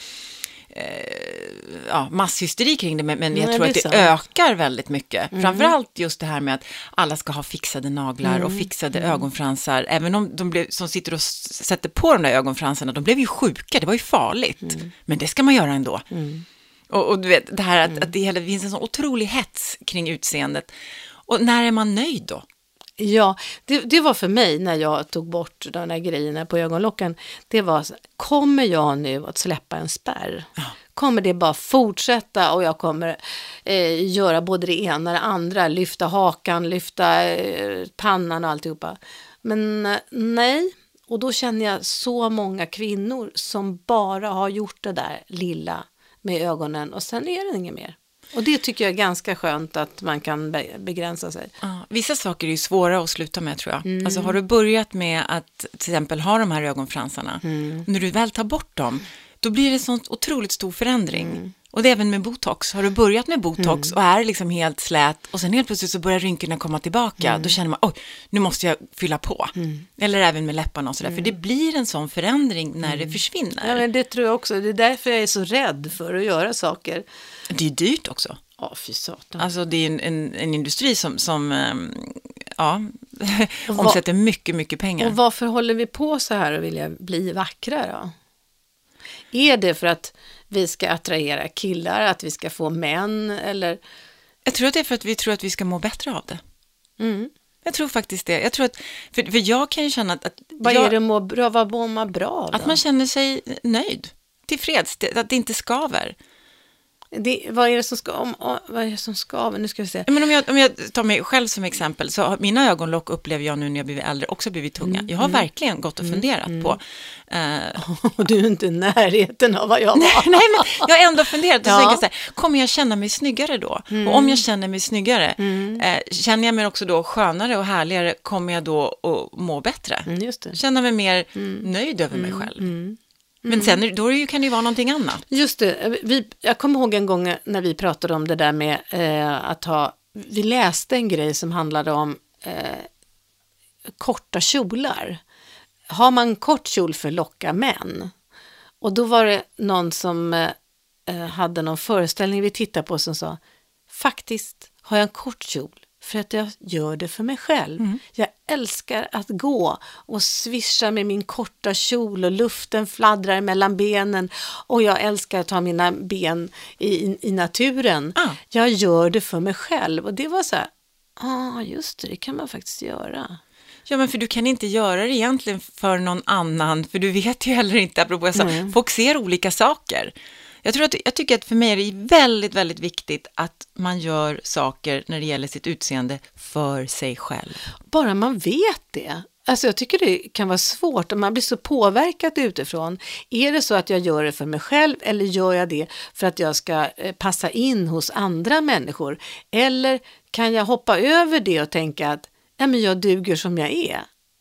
ja, masshysteri kring det. Men, men jag Nej, tror det att det sant. ökar väldigt mycket. Mm. Framförallt just det här med att alla ska ha fixade naglar mm. och fixade mm. ögonfransar. Även om de blev, som sitter och sätter på de där ögonfransarna, de blev ju sjuka. Det var ju farligt. Mm. Men det ska man göra ändå. Mm. Och, och du vet, det här att, mm. att det, hela, det finns en sån otrolig hets kring utseendet. Och när är man nöjd då? Ja, det, det var för mig när jag tog bort de där grejerna på ögonlocken. Det var, kommer jag nu att släppa en spärr? Ja. Kommer det bara fortsätta och jag kommer eh, göra både det ena och det andra. Lyfta hakan, lyfta eh, pannan och alltihopa. Men eh, nej, och då känner jag så många kvinnor som bara har gjort det där lilla med ögonen och sen är det inget mer. Och det tycker jag är ganska skönt att man kan be- begränsa sig. Ja, vissa saker är ju svåra att sluta med tror jag. Mm. Alltså har du börjat med att till exempel ha de här ögonfransarna, mm. när du väl tar bort dem, då blir det en sån otroligt stor förändring. Mm. Och det är även med botox. Har du börjat med botox mm. och är liksom helt slät och sen helt plötsligt så börjar rynkorna komma tillbaka, mm. då känner man, oj, nu måste jag fylla på. Mm. Eller även med läpparna och sådär. Mm. För det blir en sån förändring när mm. det försvinner. Ja, men det tror jag också. Det är därför jag är så rädd för att göra saker. Det är dyrt också. Ja, fy satan. Alltså det är en, en, en industri som, som ja, omsätter mycket, mycket pengar. Och varför håller vi på så här och vill bli vackra då? Är det för att vi ska attrahera killar, att vi ska få män eller? Jag tror att det är för att vi tror att vi ska må bättre av det. Mm. Jag tror faktiskt det. Jag tror att, för, för jag kan ju känna att... att vad jag, är det må bra, vad mår man bra av då? Att man känner sig nöjd, tillfreds, att det inte skaver. Det, vad är det som ska om, vad är det som skaver? Nu ska vi se. Men om jag, om jag tar mig själv som exempel så har mina ögonlock upplever jag nu när jag blivit äldre också blivit tunga. Mm, jag har mm, verkligen gått och funderat mm, på. Uh, och du är inte i närheten av vad jag var. nej, nej, men jag har ändå funderat och ja. tänkt så här, kommer jag känna mig snyggare då? Mm. Och om jag känner mig snyggare, mm. eh, känner jag mig också då skönare och härligare, kommer jag då att må bättre? Mm, just det. Känna mig mer mm. nöjd över mig själv. Mm. Men sen då kan det ju vara någonting annat. Just det, vi, jag kommer ihåg en gång när vi pratade om det där med eh, att ha, vi läste en grej som handlade om eh, korta kjolar. Har man kort kjol för att locka män? Och då var det någon som eh, hade någon föreställning vi tittade på som sa, faktiskt har jag en kort kjol för att jag gör det för mig själv. Mm. Jag älskar att gå och svischa med min korta kjol och luften fladdrar mellan benen och jag älskar att ha mina ben i, i naturen. Ah. Jag gör det för mig själv och det var så här, ja ah, just det, det kan man faktiskt göra. Ja, men för du kan inte göra det egentligen för någon annan, för du vet ju heller inte, apropå jag sa, mm. folk ser olika saker. Jag tror att, jag tycker att för mig är det väldigt, väldigt viktigt att man gör saker när det gäller sitt utseende för sig själv. Bara man vet det. Alltså jag tycker det kan vara svårt om man blir så påverkad utifrån. Är det så att jag gör det för mig själv eller gör jag det för att jag ska passa in hos andra människor? Eller kan jag hoppa över det och tänka att ja, men jag duger som jag är?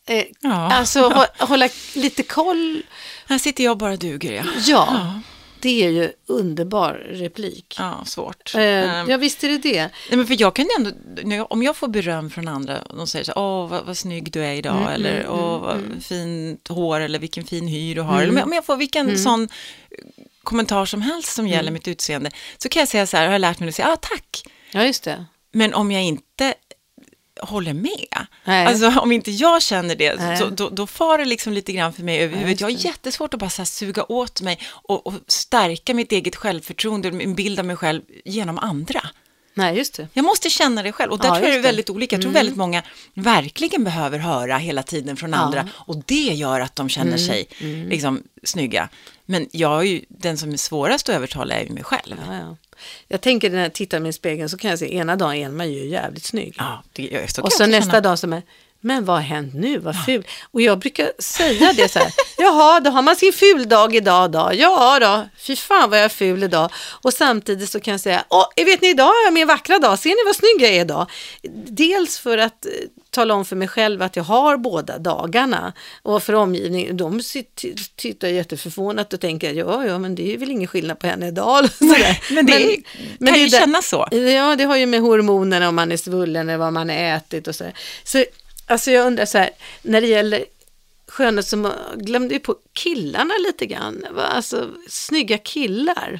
Eh, Ja. Alltså hå, hålla lite koll. Här sitter jag bara duger, ja. Ja, Ja, det är ju underbar replik. ja svårt. Eh, Ehm, ja, visst är det det. Nej, men för jag kan ju ändå, när jag, om jag får beröm från andra och de säger så, åh vad, vad snygg du är idag, Mm, eller mm, åh vad mm. fint hår, eller vilken fin hy du har, Mm. eller om jag får vilken Mm. sån kommentar som helst som gäller Mm. mitt utseende, så kan jag säga så här, har jag lärt mig att säga, ah, tack. Ja, just det. Men om jag inte håller med, Nej. alltså om inte jag känner det, Nej. så, då, då far det liksom lite grann för mig över Ja, huvudet. Jag har just det. jättesvårt att bara så här suga åt mig och, och stärka mitt eget självförtroende, min bild av mig själv genom andra. Nej, just det. Jag måste känna det själv och där Ja, tror jag det är just det. väldigt olika. Jag tror Mm. väldigt många verkligen behöver höra hela tiden från Ja. andra och det gör att de känner Mm. sig Mm. liksom snygga. Men jag är ju, den som är svårast att övertala är ju mig själv. Ja, ja. Jag tänker när jag tittar i min spegeln så kan jag se ena dagen är man ju jävligt snygg. Ja, det gör jag. Så kan och jag så också nästa känna. dag som är, men vad har hänt nu, vad ful. Och jag brukar säga det så här, jaha, då har man sin ful dag idag då. Ja då, fy fan vad jag är ful idag. Och samtidigt så kan jag säga, åh, vet ni, idag är jag min vackra dag, ser ni vad snygg jag är idag? Dels för att eh, tala om för mig själv att jag har båda dagarna. Och för omgivningen, de sitter, tittar jätteförvånat och tänker, ja, ja, men det är väl ingen skillnad på henne idag. Nej, men det är, men kan ju det är där- kännas så. Ja, det har ju med hormonerna, om man är svullen eller vad man har ätit och så. Så alltså jag undrar så här, när det gäller skönhet så man glömde ju på killarna lite grann. Va? Alltså snygga killar.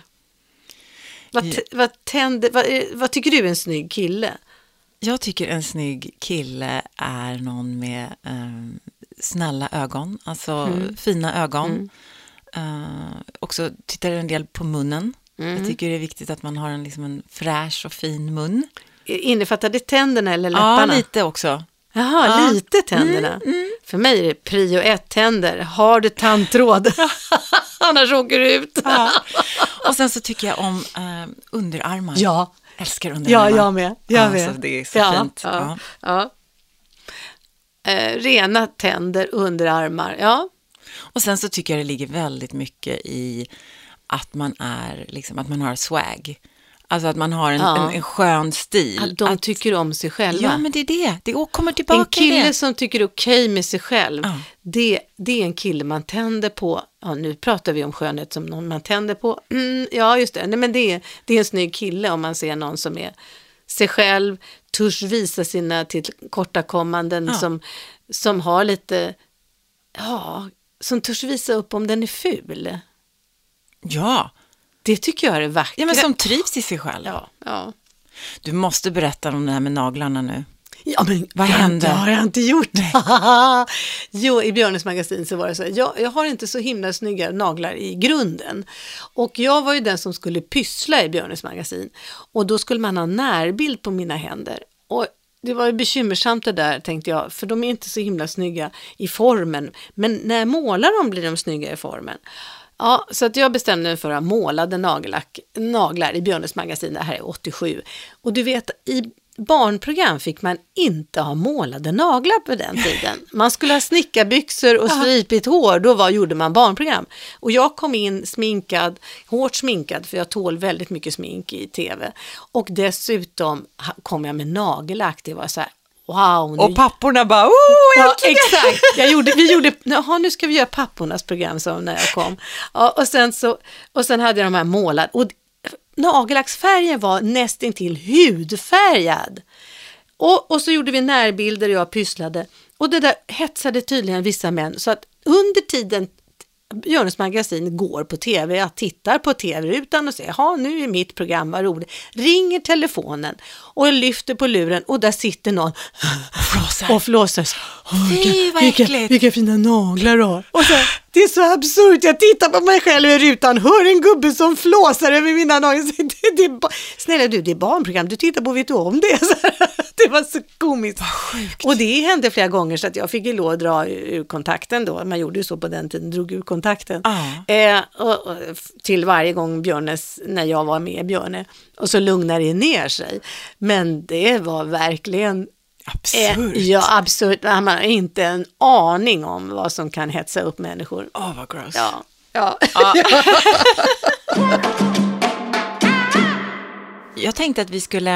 Vad, t- vad, tänder, vad, är- vad tycker du är en snygg kille? Jag tycker en snygg kille är någon med eh, snälla ögon, alltså Mm. fina ögon. Eh, också tittar en del på munnen. Mm. Jag tycker det är viktigt att man har en, liksom en fräsch och fin mun. Innefattar det tänderna eller läpparna? Ja, lite också. Jaha, Ja. lite tänderna. För mig är det prio ett tänder. Har du tandtråd? Annars åker du ut. Ja. Och sen så tycker jag om eh, underarmar. Ja. Älskar underarmar. Ja, jag med. Jag Ja, med. så det är så ja, fint. Ja, Ja. ja. Eh, rena tänder, underarmar. Ja. Och sen så tycker jag det ligger väldigt mycket i att man är liksom, att man har swag. Alltså att man har en, Ja. en, en skön stil. Att de att, tycker om sig själva. ja, men det är det. Det kommer tillbaka En kille i det. som tycker det är okej med sig själv, Ja. det, det är en kille man tänder på. Ja, nu pratar vi om skönhet som någon man tänder på. Mm, ja, just det. Nej, men det, är, det är en snygg kille om man ser någon som är sig själv, törs visa sina tillkortakommanden, Ja. som, som har lite, ja, som törs visa upp om den är ful. Ja. Det tycker jag är vackert. ja, men som trivs i sig själv. Ja, ja. Du måste berätta om det här med naglarna nu. Ja, men Vad jag hände? Det har jag inte gjort. Jo, i Björnes magasin så var det så här, jag, jag har inte så himla snygga naglar i grunden. Och jag var ju den som skulle pyssla i Björnes magasin. Och då skulle man ha närbild på mina händer. Och det var ju bekymmersamt det där, tänkte jag, för de är inte så himla snygga i formen. Men när jag målar dem blir de snygga i formen. Ja, så att jag bestämde mig för att målade nagellack, naglar i Björnes magasin, det här är åttiosju. Och du vet, i barnprogram fick man inte ha målade naglar på den tiden. Man skulle ha snickarbyxor och stripigt hår, då var, gjorde man barnprogram. Och jag kom in sminkad, hårt sminkad, för jag tål väldigt mycket smink i tv. Och dessutom ha- kom jag med nagellack, det var så här, wow. Nu Och papporna bara, oh, Ja, exakt. Jag gjorde, vi gjorde, jaha, nu ska vi göra pappornas program, som när jag kom. Ja, och, sen så, och sen hade jag de här målad. Och nagellacksfärgen var nästintill hudfärgad. Och, och så gjorde vi närbilder och jag pysslade. Och det där hetsade tydligen vissa män. Så att under tiden Björnes magasin går på tv, jag tittar på tv-rutan och säger, ja, nu är mitt program, vad roligt. Ringer telefonen och jag lyfter på luren och där sitter någon flåsar. och flåsar. Oh, Fy, vad vilka, äckligt. vilka fina naglar du har. Och så, det är så absurt, jag tittar på mig själv i rutan, hör en gubbe som flåsar över mina naglar. Det, det, det, snälla du, det är barnprogram, du tittar på, vet du om det? Så här, det var så komiskt. Vad sjukt. Och det hände flera gånger så att jag fick ju lov att dra ur kontakten då. Man gjorde ju så på den tiden, drog ur kontakten. Ja. Eh, och, och, till varje gång Björnes, när jag var med Björne. Och så lugnade det ner sig. Men det var verkligen Absurt. Eh, ja, absurt. Man har inte en aning om vad som kan hetsa upp människor. Åh, vad gross. Ja, ja. Ja. Jag tänkte att vi skulle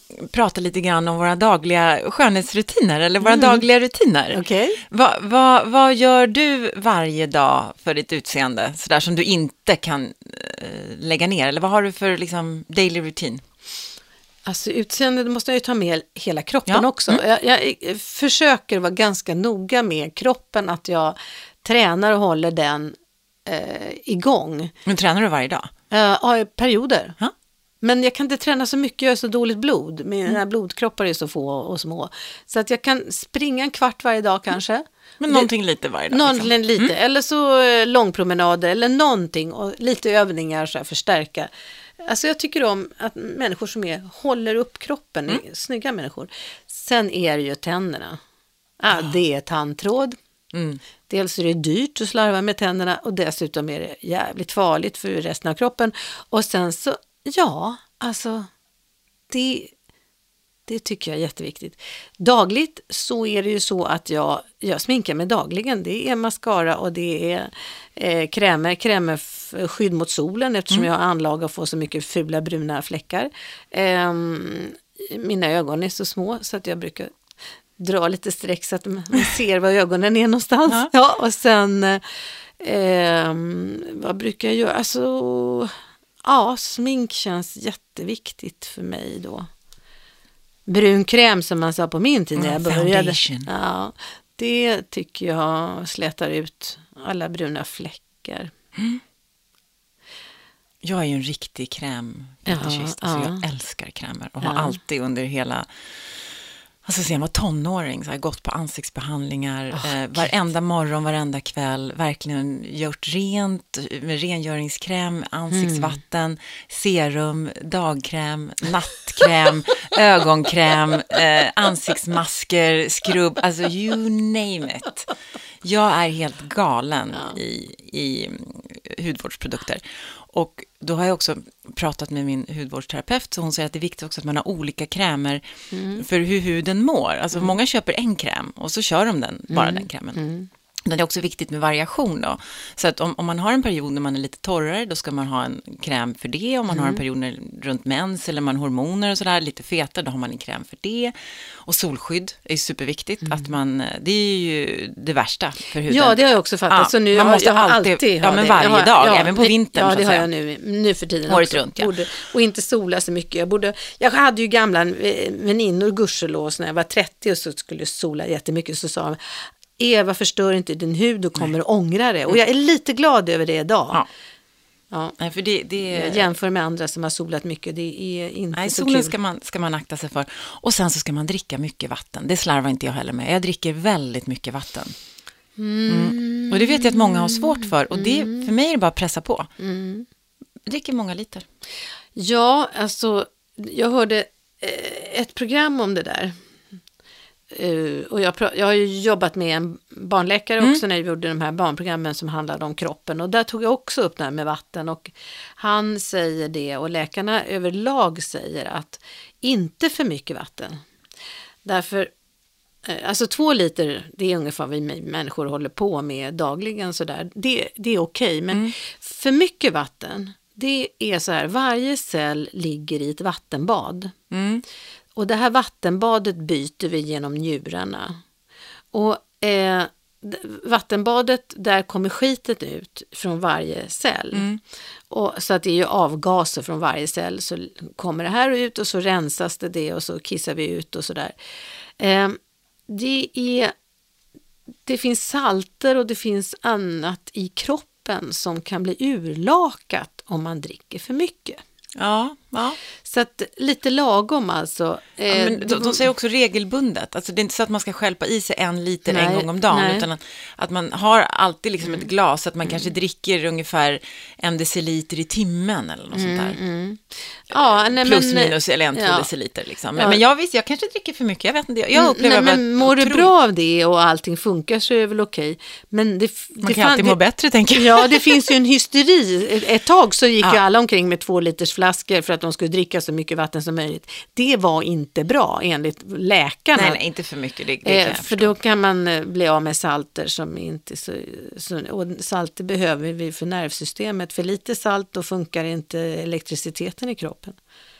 prata lite grann om våra dagliga skönhetsrutiner eller våra Mm. dagliga rutiner. Okej. Va, va, vad gör du varje dag för ditt utseende, sådär som du inte kan eh, lägga ner? Eller vad har du för liksom, daily routine? Alltså utseendet måste jag ju ta med hela kroppen Ja. också. Mm. Jag, jag försöker vara ganska noga med kroppen, att jag tränar och håller den eh, igång. Men tränar du varje dag? Uh, ja, i perioder. Ja. Men jag kan inte träna så mycket, jag har så dåligt blod. Mina mm. blodkroppar är så få och små. Så att jag kan springa en kvart varje dag kanske. Men någonting lite varje dag. Någonting Liksom. lite, Mm. eller så eh, långpromenader eller någonting. Och lite övningar så här, förstärka. Alltså jag tycker om att människor som är, håller upp kroppen, Mm. är snygga människor. Sen är det ju tänderna. Ah, det är tandtråd. Mm. Dels är det dyrt att slarva med tänderna och dessutom är det jävligt farligt för resten av kroppen. Och sen så, ja, alltså det, det tycker jag är jätteviktigt. Dagligt så är det ju så att jag, jag sminkar mig dagligen. Det är mascara och det är eh, krämer, krämer för skydd mot solen eftersom Mm. jag har anlag att få så mycket fula bruna fläckar. Eh, mina ögon är så små så att jag brukar dra lite streck så att man ser var ögonen är någonstans. Ja. Ja, och sen eh, vad brukar jag göra? Alltså, ja, smink känns jätteviktigt för mig då. Brun kräm som man sa på min tid när jag Mm, började. foundation. Ja, det tycker jag slätar ut alla bruna fläckar. Jag är ju en riktig krämfetischist. Ja, Alltså ja. jag älskar krämer och Ja. har alltid under hela... Alltså sen jag var tonåring så har jag gått på ansiktsbehandlingar Oh, eh, varenda morgon, varenda kväll, verkligen gjort rent med rengöringskräm, ansiktsvatten, Mm. serum, dagkräm, nattkräm, ögonkräm, eh, ansiktsmasker, skrubb, alltså you name it. Jag är helt galen Ja. i, i hudvårdsprodukter. Och då har jag också pratat med min hudvårdsterapeut, så hon säger att det är viktigt också att man har olika krämer Mm. för hur huden mår. Alltså många köper en kräm och så kör de den, bara den krämen. Mm. Men det är också viktigt med variation då. Så att om, om man har en period när man är lite torrare, då ska man ha en kräm för det. Om man har en period när, runt mens eller man har hormoner och sådär, lite fetare, då har man en kräm för det. Och solskydd är superviktigt. Att man, det är ju det värsta för huden. Ja, det har jag också fattat. Ja, så nu man har måste jag alltid- alltid ja, ha men det. varje Jag har- dag, ja, även på det- vintern, Ja, så det att har säga. jag nu, nu för tiden Året också. runt, ja. Borde, och inte sola så mycket. Jag, borde, jag hade ju gamla väninnor, gudskelov, när jag var trettio och så skulle jag sola jättemycket, så sa de: Eva, förstör inte din hud, du kommer att ångra det. Och jag är lite glad över det idag. Ja. Ja. Nej, för det, det Jag jämför med andra som har solat mycket. Det är inte Nej, så solen kul. ska man, ska man akta sig för. Och sen så ska man dricka mycket vatten. Det slarvar inte jag heller med. Jag dricker väldigt mycket vatten. Mm. Och det vet jag att många har svårt för. Och det, för mig är det bara att pressa på. Mm. Jag dricker många liter. Ja, alltså jag hörde eh, ett program om det där. Uh, och jag, jag har ju jobbat med en barnläkare Mm. också när jag gjorde de här barnprogrammen som handlade om kroppen. Och där tog jag också upp det här med vatten. Och han säger det, och läkarna överlag säger att inte för mycket vatten. Därför, eh, alltså två liter, det är ungefär vad vi människor håller på med dagligen. Sådär. Det, det är okej, men Mm. för mycket vatten, det är så här, varje cell ligger i ett vattenbad. Mm. Och det här vattenbadet byter vi genom njurarna. Och eh, d- vattenbadet, där kommer skitet ut från varje cell. Mm. Och, så att det är ju avgaser från varje cell. Så kommer det här ut och så rensas det, det och så kissar vi ut och sådär. Eh, det, är, det finns salter och det finns annat i kroppen som kan bli urlakat om man dricker för mycket. Ja, ja. Så att lite lagom alltså. Ja, Eh, men de, de säger också regelbundet. Alltså det är inte så att man ska stjälpa i sig en liter Nej, en gång om dagen. nej. Utan att, att man har alltid liksom ett glas. Att man kanske dricker ungefär en deciliter i timmen eller något sånt där. Mm. Ja, nej, Plus men, minus eller en, två ja. deciliter liksom. Men, Ja. men jag visst, jag kanske dricker för mycket. Jag vet inte. Jag upplever Nej, bara men mår du otroligt- bra av det och allting funkar så är det väl okej. Men det, Man det kan alltid må bättre, tänker jag. Ja, det finns ju en hysteri. Ett, ett tag så gick Ja. ju alla omkring med två liters flaskor för att de skulle dricka så mycket vatten som möjligt. Det var inte bra enligt läkarna. Nej, nej, inte för mycket. Det, det kan Eh, jag för förstå. då kan man eh, bli av med salter som inte så, så... Och salter behöver vi för nervsystemet. För lite salt, då funkar inte elektriciteten i kroppen.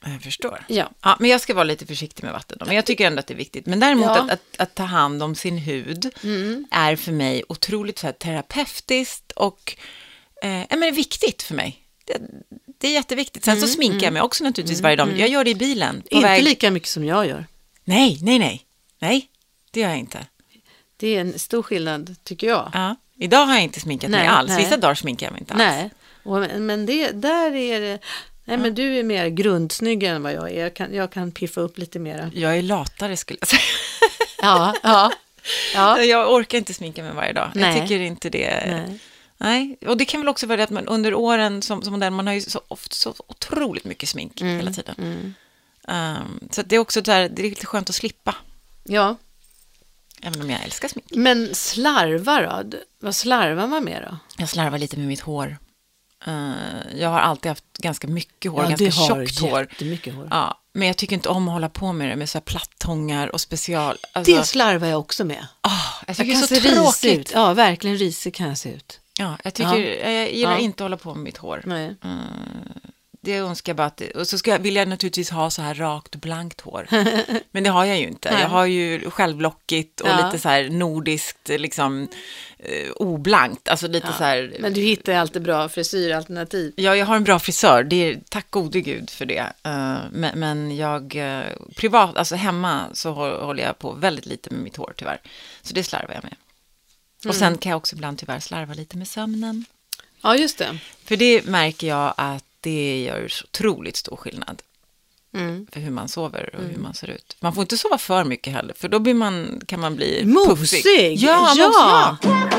Jag förstår. Ja. Ja, men jag ska vara lite försiktig med vatten då. Men jag tycker ändå att det är viktigt. Men däremot Ja. att, att, att ta hand om sin hud Mm. är för mig otroligt så här, terapeutiskt och eh, men det är viktigt för mig. Det, det är jätteviktigt. Sen Mm, så sminkar mm. jag mig också naturligtvis varje dag. Jag gör det i bilen. På Inte väg. lika mycket som jag gör. Nej, nej, nej. Nej, det gör jag inte. Det är en stor skillnad, tycker jag. Ja. Idag har jag inte sminkat Nej, mig alls. nej. Vissa dagar sminkar jag mig inte alls. Nej, och, men det, där är det... Nej, men du är mer grundsnygg än vad jag är. Jag kan, jag kan piffa upp lite mera. Jag är latare skulle jag säga. Ja, ja. ja. Jag orkar inte sminka mig varje dag. Nej. Jag tycker inte det... Nej. Nej, och det kan väl också vara det att man under åren som, som modell, man har ju så ofta så otroligt mycket smink Mm, hela tiden. Mm. Um, så att det är också där, det är lite skönt att slippa. Ja, Även om jag älskar smink. men slarva då? Vad slarvar man med då? Jag slarvar lite med mitt hår. Uh, jag har alltid haft ganska mycket hår, Ja, ganska du har tjockt hår. jättemycket hår. Ja, men jag tycker inte om att hålla på med det med så här plattångar och special. Alltså, Det slarvar jag också med. oh, jag tycker Jag det kan är se så risig tråkigt. ut. Ja, verkligen risig kan jag se ut. Ja, jag tycker, Ja. jag gillar Ja. inte att hålla på med mitt hår. Nej. Uh, det önskar jag bara att det, och så ska jag, vill jag naturligtvis ha så här rakt blankt hår. Men det har jag ju inte. Nej. Jag har ju självlockigt och Ja. lite så här nordiskt liksom eh, oblankt. Alltså lite Ja. så här. Men du hittar ju alltid bra frisyralternativ. Ja, jag har en bra frisör. Det är tack gode gud för det. Uh, men, men jag uh, privat, alltså hemma så hå- håller jag på väldigt lite med mitt hår tyvärr. Så det slarvar jag med. Mm. Och sen kan jag också ibland tyvärr slarva lite med sömnen. Ja, just det. För det märker jag att det gör så otroligt stor skillnad Mm. för hur man sover och hur man ser ut. Man får inte sova för mycket heller, för då blir man, kan man bli Mosig. puffig. Ja, Ja. mosig, ja.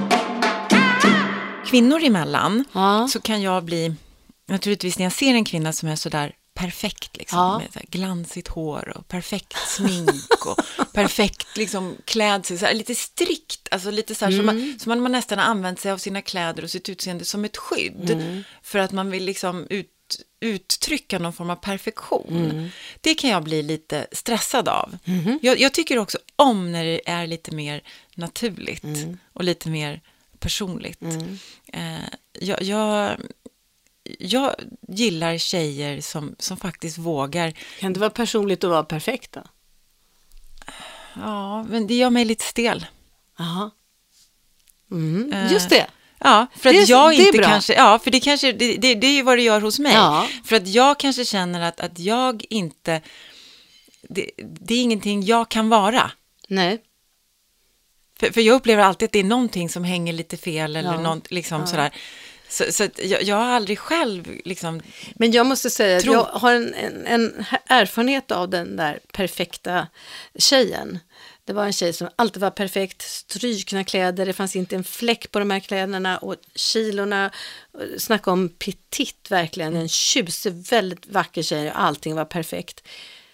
Kvinnor emellan Ja. så kan jag bli, naturligtvis när jag ser en kvinna som är sådär perfekt, liksom, Ja. med så här glansigt hår och perfekt smink och perfekt liksom, klädsel, så här, lite strikt, alltså lite så här som, man, som man, man nästan har använt sig av sina kläder och sitt utseende som ett skydd för att man vill liksom ut, uttrycka någon form av perfektion. Det kan jag bli lite stressad av. Jag, jag tycker också om när det är lite mer naturligt och lite mer personligt. Eh, jag, jag Jag gillar tjejer som, som faktiskt vågar. Kan det vara personligt att vara perfekt då? Ja, men det gör mig lite stel. Jaha. Mm, Eh, just det. Ja, för att Det är- jag det är inte bra. kanske, ja, för det kanske, det, det, det är ju vad det gör hos mig. Ja. För att jag kanske känner att, att jag inte, det, det är ingenting jag kan vara. Nej. För, för jag upplever alltid att det är någonting som hänger lite fel eller Ja. något liksom Ja. sådär. Så, så att jag, jag har aldrig själv liksom, Men jag måste säga att Tro- jag har en, en, en erfarenhet av den där perfekta tjejen. Det var en tjej som alltid var perfekt, strykna kläder, det fanns inte en fläck på de här kläderna och kilorna, snacka om petit verkligen, en tjusig, väldigt vacker tjej och allting var perfekt.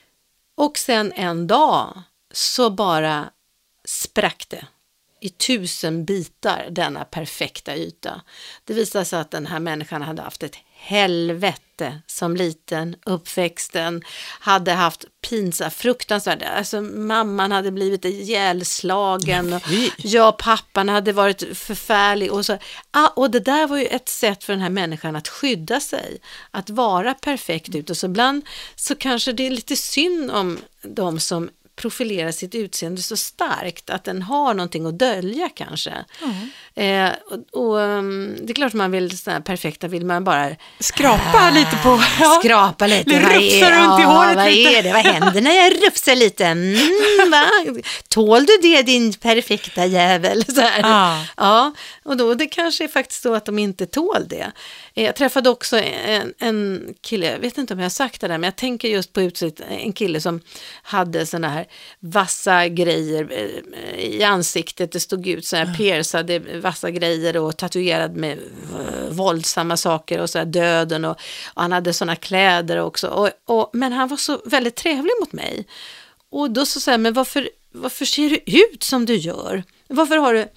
Och sen en dag så bara sprack det i tusen bitar, denna perfekta yta. Det visade sig att den här människan hade haft ett helvete som liten, uppväxten, hade haft pinsa, fruktansvärt, alltså mamman hade blivit ihjälslagen och ja, pappan hade varit förfärlig och så. Ah, och det där var ju ett sätt för den här människan att skydda sig, att vara perfekt ut, och så ibland så kanske det är lite synd om de som profilera sitt utseende så starkt att den har någonting att dölja kanske. Mm. Eh, och, och um, det är klart man vill såna här perfekta, vill man bara skrapa äh, lite på. Ja. Skrapa lite. Eller Vad rufsa är, runt i ja, håret vad lite. är det? Vad händer när jag rufsar lite? Mm, va? Tål du det, din perfekta jävel? Så här. Ja. Ja, och då det kanske är faktiskt så att de inte tål det. Jag träffade också en, en kille, jag vet inte om jag har sagt det där, men jag tänker just på utsikt, en kille som hade såna här vassa grejer i ansiktet, det stod ut så här piercade vassa grejer och tatuerad med våldsamma saker och så här döden och, och han hade såna kläder också, och, och, men han var så väldigt trevlig mot mig. Och då så sa jag, men varför, varför ser du ut som du gör? Varför har du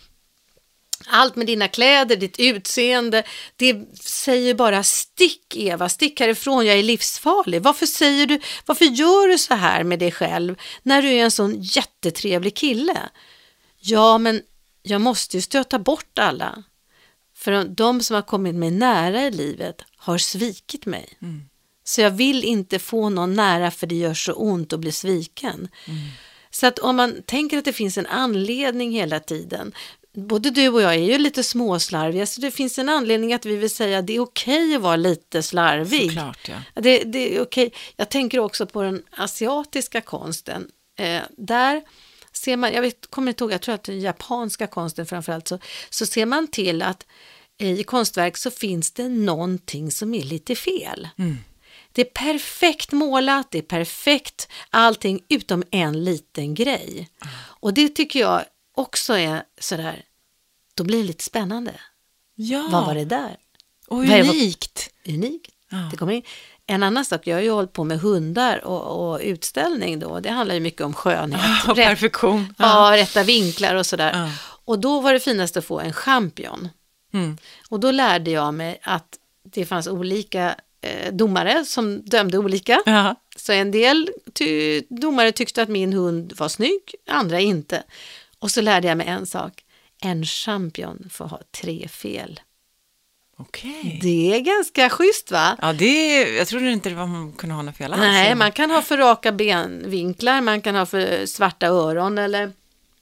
allt med dina kläder, ditt utseende, det säger bara stick Eva, stick härifrån, jag är livsfarlig. Varför säger du, varför gör du så här med dig själv när du är en sån jättetrevlig kille? Ja, men jag måste ju stöta bort alla. För de som har kommit mig nära i livet har svikit mig. Mm. Så jag vill inte få någon nära för det gör så ont att bli sviken. Mm. Så att om man tänker att det finns en anledning hela tiden. Både du och jag är ju lite småslarviga, så det finns en anledning att vi vill säga att det är okej att vara lite slarvig. Såklart, ja. Det, det är okej. Jag tänker också på den asiatiska konsten. Eh, där ser man, jag vet, kommer inte ihåg, jag tror att den japanska konsten framförallt, så, så ser man till att i konstverk så finns det någonting som är lite fel. Mm. Det är perfekt målat, det är perfekt allting utom en liten grej. Mm. Och det tycker jag också är sådär, då blir det lite spännande. Ja. Vad var det där? Och unikt. Unikt. Ja. Det kommer in. En annan sak, jag har ju hållit på med hundar och, och utställning då. Det handlar ju mycket om skönhet. Och perfektion. Ja, rätta vinklar och sådär. Ja. Och då var det finast att få en champion. Mm. Och då lärde jag mig att det fanns olika eh, domare som dömde olika. Ja. Så en del ty- domare tyckte att min hund var snygg, andra inte. Och så lärde jag mig en sak. En champion får ha tre fel. Okej. Det är ganska schysst, va? Ja, det är, jag trodde inte det var man kunde ha några fel alls. Nej, man kan ha för raka benvinklar, man kan ha för svarta öron eller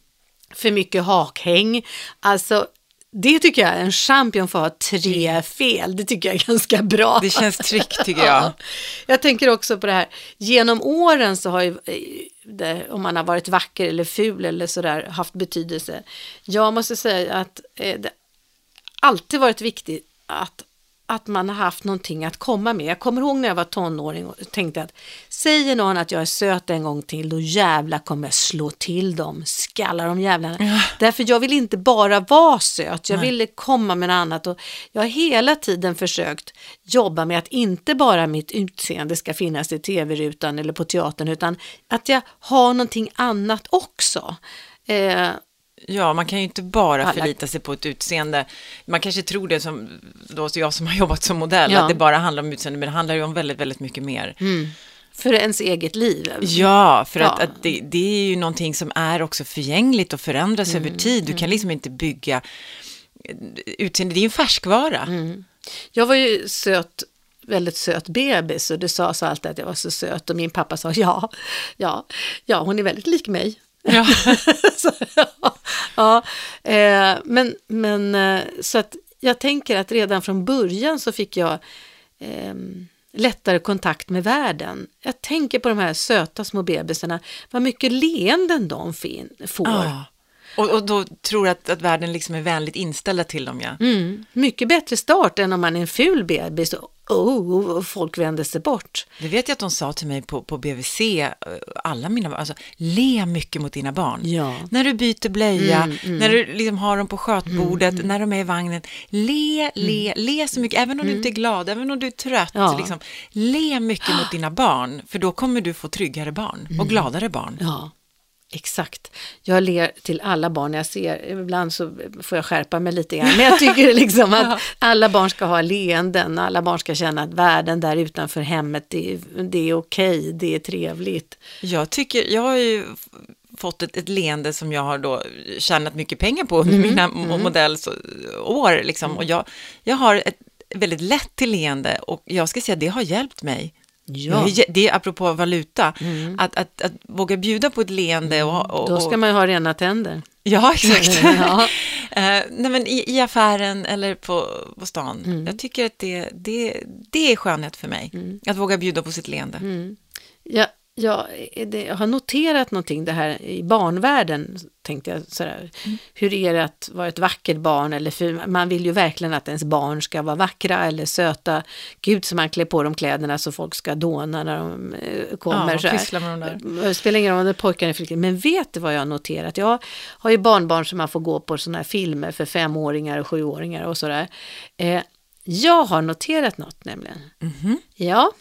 för mycket hakhäng. Alltså, det tycker jag, en champion får ha tre fel. Det tycker jag är ganska bra. Det känns tryggt, tycker jag. Jag tänker också på det här. Genom åren så har ju, det, om man har varit vacker eller ful eller sådär, haft betydelse. Jag måste säga att eh, det alltid varit viktigt att, att man har haft någonting att komma med. Jag kommer ihåg när jag var tonåring och tänkte att säger någon att jag är söt en gång till, då jävla kommer jag slå till dem, skallar de jävlarna. Ja. Därför jag vill inte bara vara söt, jag Nej. ville komma med något annat. Och jag har hela tiden försökt jobba med att inte bara mitt utseende ska finnas i tv-rutan eller på teatern, utan att jag har någonting annat också. Eh, Ja, man kan ju inte bara förlita sig på ett utseende. Man kanske tror det som då, så jag som har jobbat som modell, ja. att det bara handlar om utseende, men det handlar ju om väldigt, väldigt mycket mer. Mm. För ens eget liv. Ja, för ja. att, att det, det är ju någonting som är också förgängligt och förändras mm. över tid. Du kan liksom inte bygga utseende, det är ju en färskvara. Mm. Jag var ju söt, väldigt söt bebis, och det sa så alltid att jag var så söt, och min pappa sa ja, ja, ja hon är väldigt lik mig. Ja. så, ja, ja eh, men, men eh, så att jag tänker att redan från början så fick jag eh, lättare kontakt med världen. Jag tänker på de här söta små bebisarna, vad mycket leenden de fin- får. Ja. Och, och då tror jag att, att världen liksom är vänligt inställda till dem, ja. Mm, mycket bättre start än om man är en ful bebis och oh, och folk vänder sig bort. Det vet jag att de sa till mig på, på B V C, alla mina barn, alltså le mycket mot dina barn. Ja. När du byter blöja, mm, mm. när du liksom har dem på skötbordet, mm, när de är i vagnen. Le, le, mm. le så mycket, även om mm. du inte är glad, även om du är trött. Ja. Liksom, le mycket mot dina barn, för då kommer du få tryggare barn och mm. gladare barn. Ja. Exakt. Jag ler till alla barn jag ser. Ibland så får jag skärpa mig lite grann. Men jag tycker liksom att alla barn ska ha leenden. Alla barn ska känna att världen där utanför hemmet, det är, det är okej, det är trevligt. Jag tycker, jag har ju fått ett, ett leende som jag har då tjänat mycket pengar på under mm, mina mm. modellsår. Liksom. Mm. Och jag, jag har ett väldigt lätt till leende, och jag ska säga att det har hjälpt mig. Ja. Det är apropå valuta, mm. att, att, att våga bjuda på ett leende. Och, och, Då ska man ju ha rena tänder. Ja, exakt. ja. uh, nej, men i, i affären eller på, på stan. Mm. Jag tycker att det, det, det är skönhet för mig. Mm. Att våga bjuda på sitt leende. Mm. Ja, ja, det, jag har noterat någonting det här i barnvärlden, tänkte jag sådär. Mm. Hur är det att vara ett vackert barn? Eller för, man vill ju verkligen att ens barn ska vara vackra eller söta. Gud, som man klär på de kläderna så folk ska dåna när de eh, kommer. Ja, så pyssla med de där. Det spelar ingen roll om det är pojkar eller flickor. Men vet du vad jag har noterat? Jag har ju barnbarn som man får gå på sådana här filmer för femåringar och sjuåringar och sådär. Eh, jag har noterat något nämligen. Mm-hmm. Ja.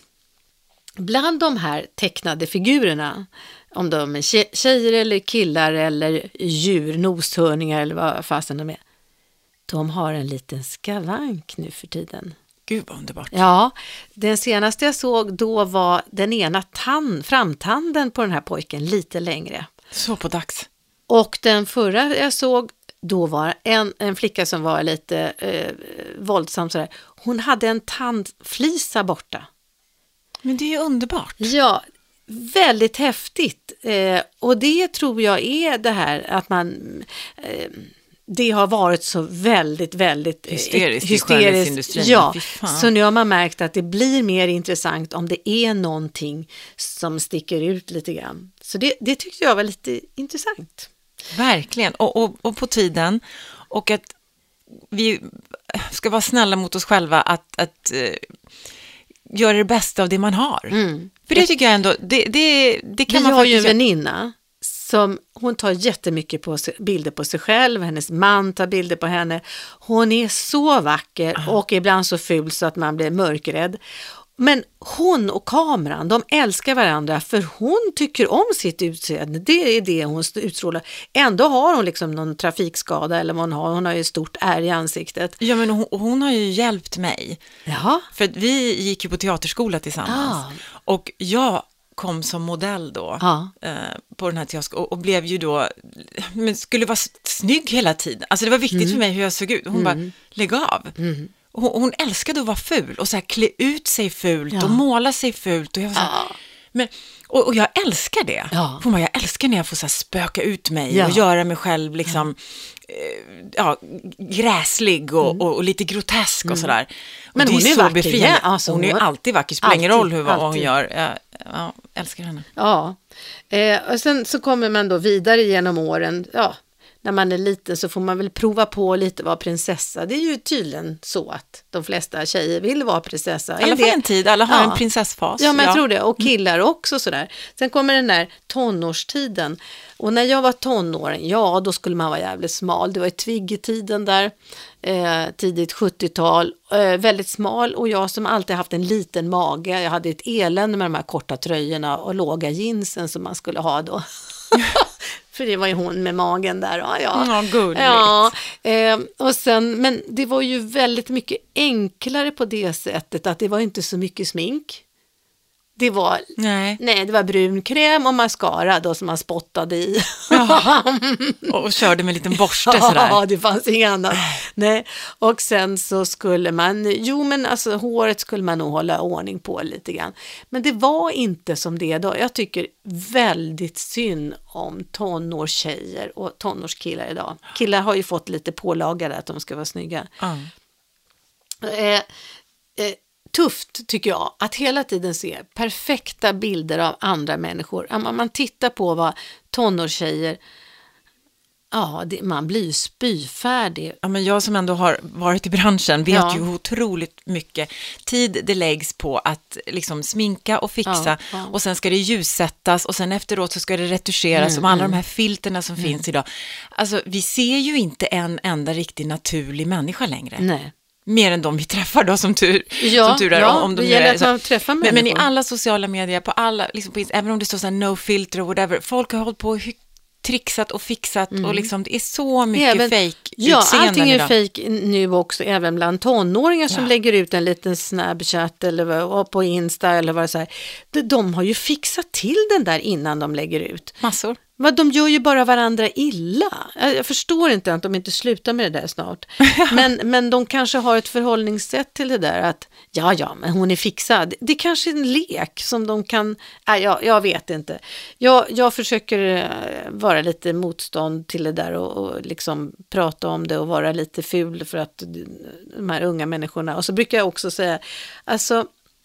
Bland de här tecknade figurerna, om de är tjejer eller killar eller djur, noshörningar eller vad fasen de är, de har en liten skavank nu för tiden. Gud vad underbart. Ja, den senaste jag såg då var den ena tand, framtanden på den här pojken lite längre. Så på dags. Och den förra jag såg, då var en, en flicka som var lite eh, våldsam sådär. Hon hade en tandflisa borta. Men det är ju underbart. Ja, väldigt häftigt. Eh, och det tror jag är det här att man... Eh, det har varit så väldigt, väldigt hysteriskt, hysteriskt. I ja, så nu har man märkt att det blir mer intressant om det är någonting som sticker ut lite grann. Så det, det tyckte jag var lite intressant. Verkligen, och, och, och på tiden. Och att vi ska vara snälla mot oss själva att, att uh, göra det bästa av det man har. Mm. För det tycker jag ändå, det, det, det kan vi man har faktiskt... ju en väninna som hon tar jättemycket på sig, bilder på sig själv, hennes man tar bilder på henne. Hon är så vacker ah. och ibland så ful så att man blir mörkrädd. Men hon och kameran, de älskar varandra för hon tycker om sitt utseende. Det är det hon utstrålar. Ändå har hon liksom någon trafikskada eller vad hon har. Hon har ju stort ärr i ansiktet. Ja, men hon, hon har ju hjälpt mig. Jaha. För att vi gick ju på teaterskola tillsammans. Ah. Och jag kom som modell då ja. eh, på den här teaterskolan och, och blev ju då, men skulle vara snygg hela tiden. Alltså det var viktigt mm. för mig hur jag såg ut. Hon mm. bara, lägg av. Mm. Och hon, hon älskade att vara ful och så här klä ut sig fult ja. och måla sig fult. Och jag var så här, ja. men, och, och jag älskar det. Ja. Hon bara, jag älskar när jag får så här spöka ut mig ja. och göra mig själv liksom ja. eh, ja, gräslig och, mm. och, och lite grotesk mm. och sådär. Och men hon är, är så befriande. Alltså, hon är ju alltid vacker, spelar ingen roll hur, vad hon gör. Jag, ja, älskar henne. Ja, eh, och sen så kommer man då vidare genom åren, ja, när man är liten så får man väl prova på lite vara prinsessa. Det är ju tydligen så att de flesta tjejer vill vara prinsessa. I alla fall en tid, alla har ja. en prinsessfas. Ja, men jag ja. tror det. Och killar också sådär. Sen kommer den där tonårstiden. Och när jag var tonåring, ja då skulle man vara jävligt smal. Det var i Twiggetiden där, eh, tidigt sjuttiotal. Eh, väldigt smal och jag som alltid haft en liten mage. Jag hade ett elände med de här korta tröjorna och låga jeansen som man skulle ha då. För det var ju hon med magen där. Ja, ja. Ja, gulligt. Ja, eh, och sen, men det var ju väldigt mycket enklare på det sättet att det var inte så mycket smink. Det var, nej. nej, det var brun kräm och mascara då som man spottade i. Ja. Och körde med en liten borste sådär. Ja, det fanns inget annat. Nej. Och sen så skulle man, jo men alltså håret skulle man nog hålla ordning på lite grann. Men det var inte som det då. Jag tycker väldigt synd om tonårstjejer och tonårskillar idag. Killar har ju fått lite pålagade att de ska vara snygga. Mm. Eh, eh, Tufft tycker jag att hela tiden se perfekta bilder av andra människor. Om man tittar på vad tonårstjejer, ja, det, man blir ju spyfärdig. Ja, men jag som ändå har varit i branschen vet ja. ju hur otroligt mycket tid det läggs på att liksom sminka och fixa ja, ja. och sen ska det ljussättas och sen efteråt så ska det retuscheras mm, och alla mm. de här filterna som mm. finns idag. Alltså vi ser ju inte en enda riktigt naturlig människa längre. Nej. Mer än de vi träffar då som tur, ja, som tur är. Ja, om de det gäller att så, man träffar människor. Men, men i alla sociala medier, på alla, liksom på, även om det står så här no filter och whatever, folk har hållit på och trixat och fixat mm. och liksom det är så mycket även, fake ja, utseenden allting är idag. fake nu också, även bland tonåringar som ja. lägger ut en liten Snapchat eller på Insta eller vad det så här. De, de har ju fixat till den där innan de lägger ut. Massor. Men de gör ju bara varandra illa. Jag förstår inte att de inte slutar med det där snart. Men, men de kanske har ett förhållningssätt till det där att ja, ja, men hon är fixad. Det är kanske en lek som de kan... Nej, jag, jag vet inte. Jag, jag försöker vara lite motstånd till det där och, och liksom prata om det och vara lite ful för att de här unga människorna... Och så brukar jag också säga, alltså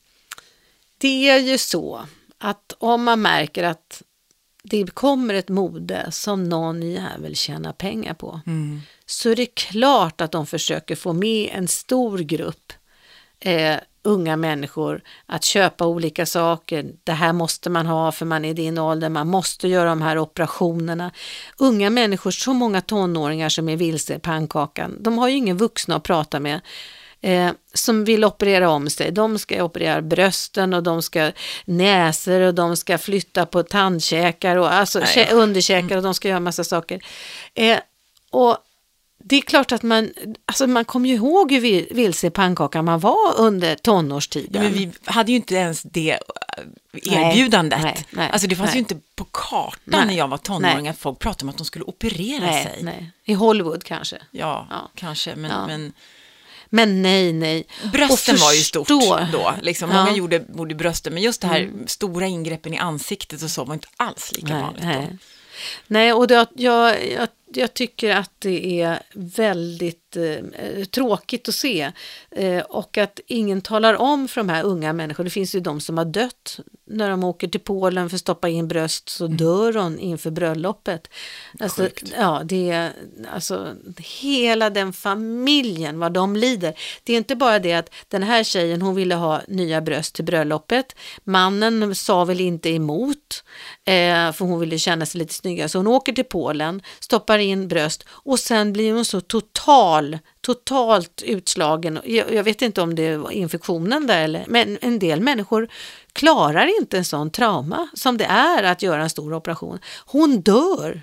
det är ju så att om man märker att det kommer ett mode som någon jävel tjänar pengar på. Mm. Så är det klart att de försöker få med en stor grupp eh, unga människor att köpa olika saker. Det här måste man ha för man är i din ålder. Man måste göra de här operationerna. Unga människor, så många tonåringar som är vilse i pannkakan. De har ju ingen vuxna att prata med. Eh, som vill operera om sig. De ska operera brösten och de ska näser och de ska flytta på tandkäkar och alltså kä- underkäkar och de ska göra massa saker. Eh, och det är klart att man, alltså man kommer ju ihåg hur vilse pannkakan man var under tonårstiden. Ja, men vi hade ju inte ens det erbjudandet. Nej, nej, nej, alltså det fanns nej. ju inte på kartan nej, när jag var tonåring att folk pratade om att de skulle operera nej, sig. Nej. I Hollywood kanske. Ja, ja. kanske. Men... Ja. men Men nej, nej. Brösten var ju stort då. Liksom. Ja. Många gjorde, gjorde brösten, men just det här mm. stora ingreppen i ansiktet och så var inte alls lika nej, vanligt nej. då. Nej, och det, jag, jag, jag tycker att det är väldigt eh, tråkigt att se eh, och att ingen talar om för de här unga människorna. Det finns ju de som har dött när de åker till Polen för att stoppa in bröst, så mm. dör hon inför bröllopet. Alltså, ja, det är alltså hela den familjen, vad de lider. Det är inte bara det att den här tjejen, hon ville ha nya bröst till bröllopet. Mannen sa väl inte emot eh, för hon ville känna sig lite snyggare. Så hon åker till Polen, stoppar in bröst och sen blir hon så total, totalt utslagen. Jag, jag vet inte om det var infektionen där, eller, men en del människor klarar inte en sån trauma som det är att göra en stor operation. Hon dör.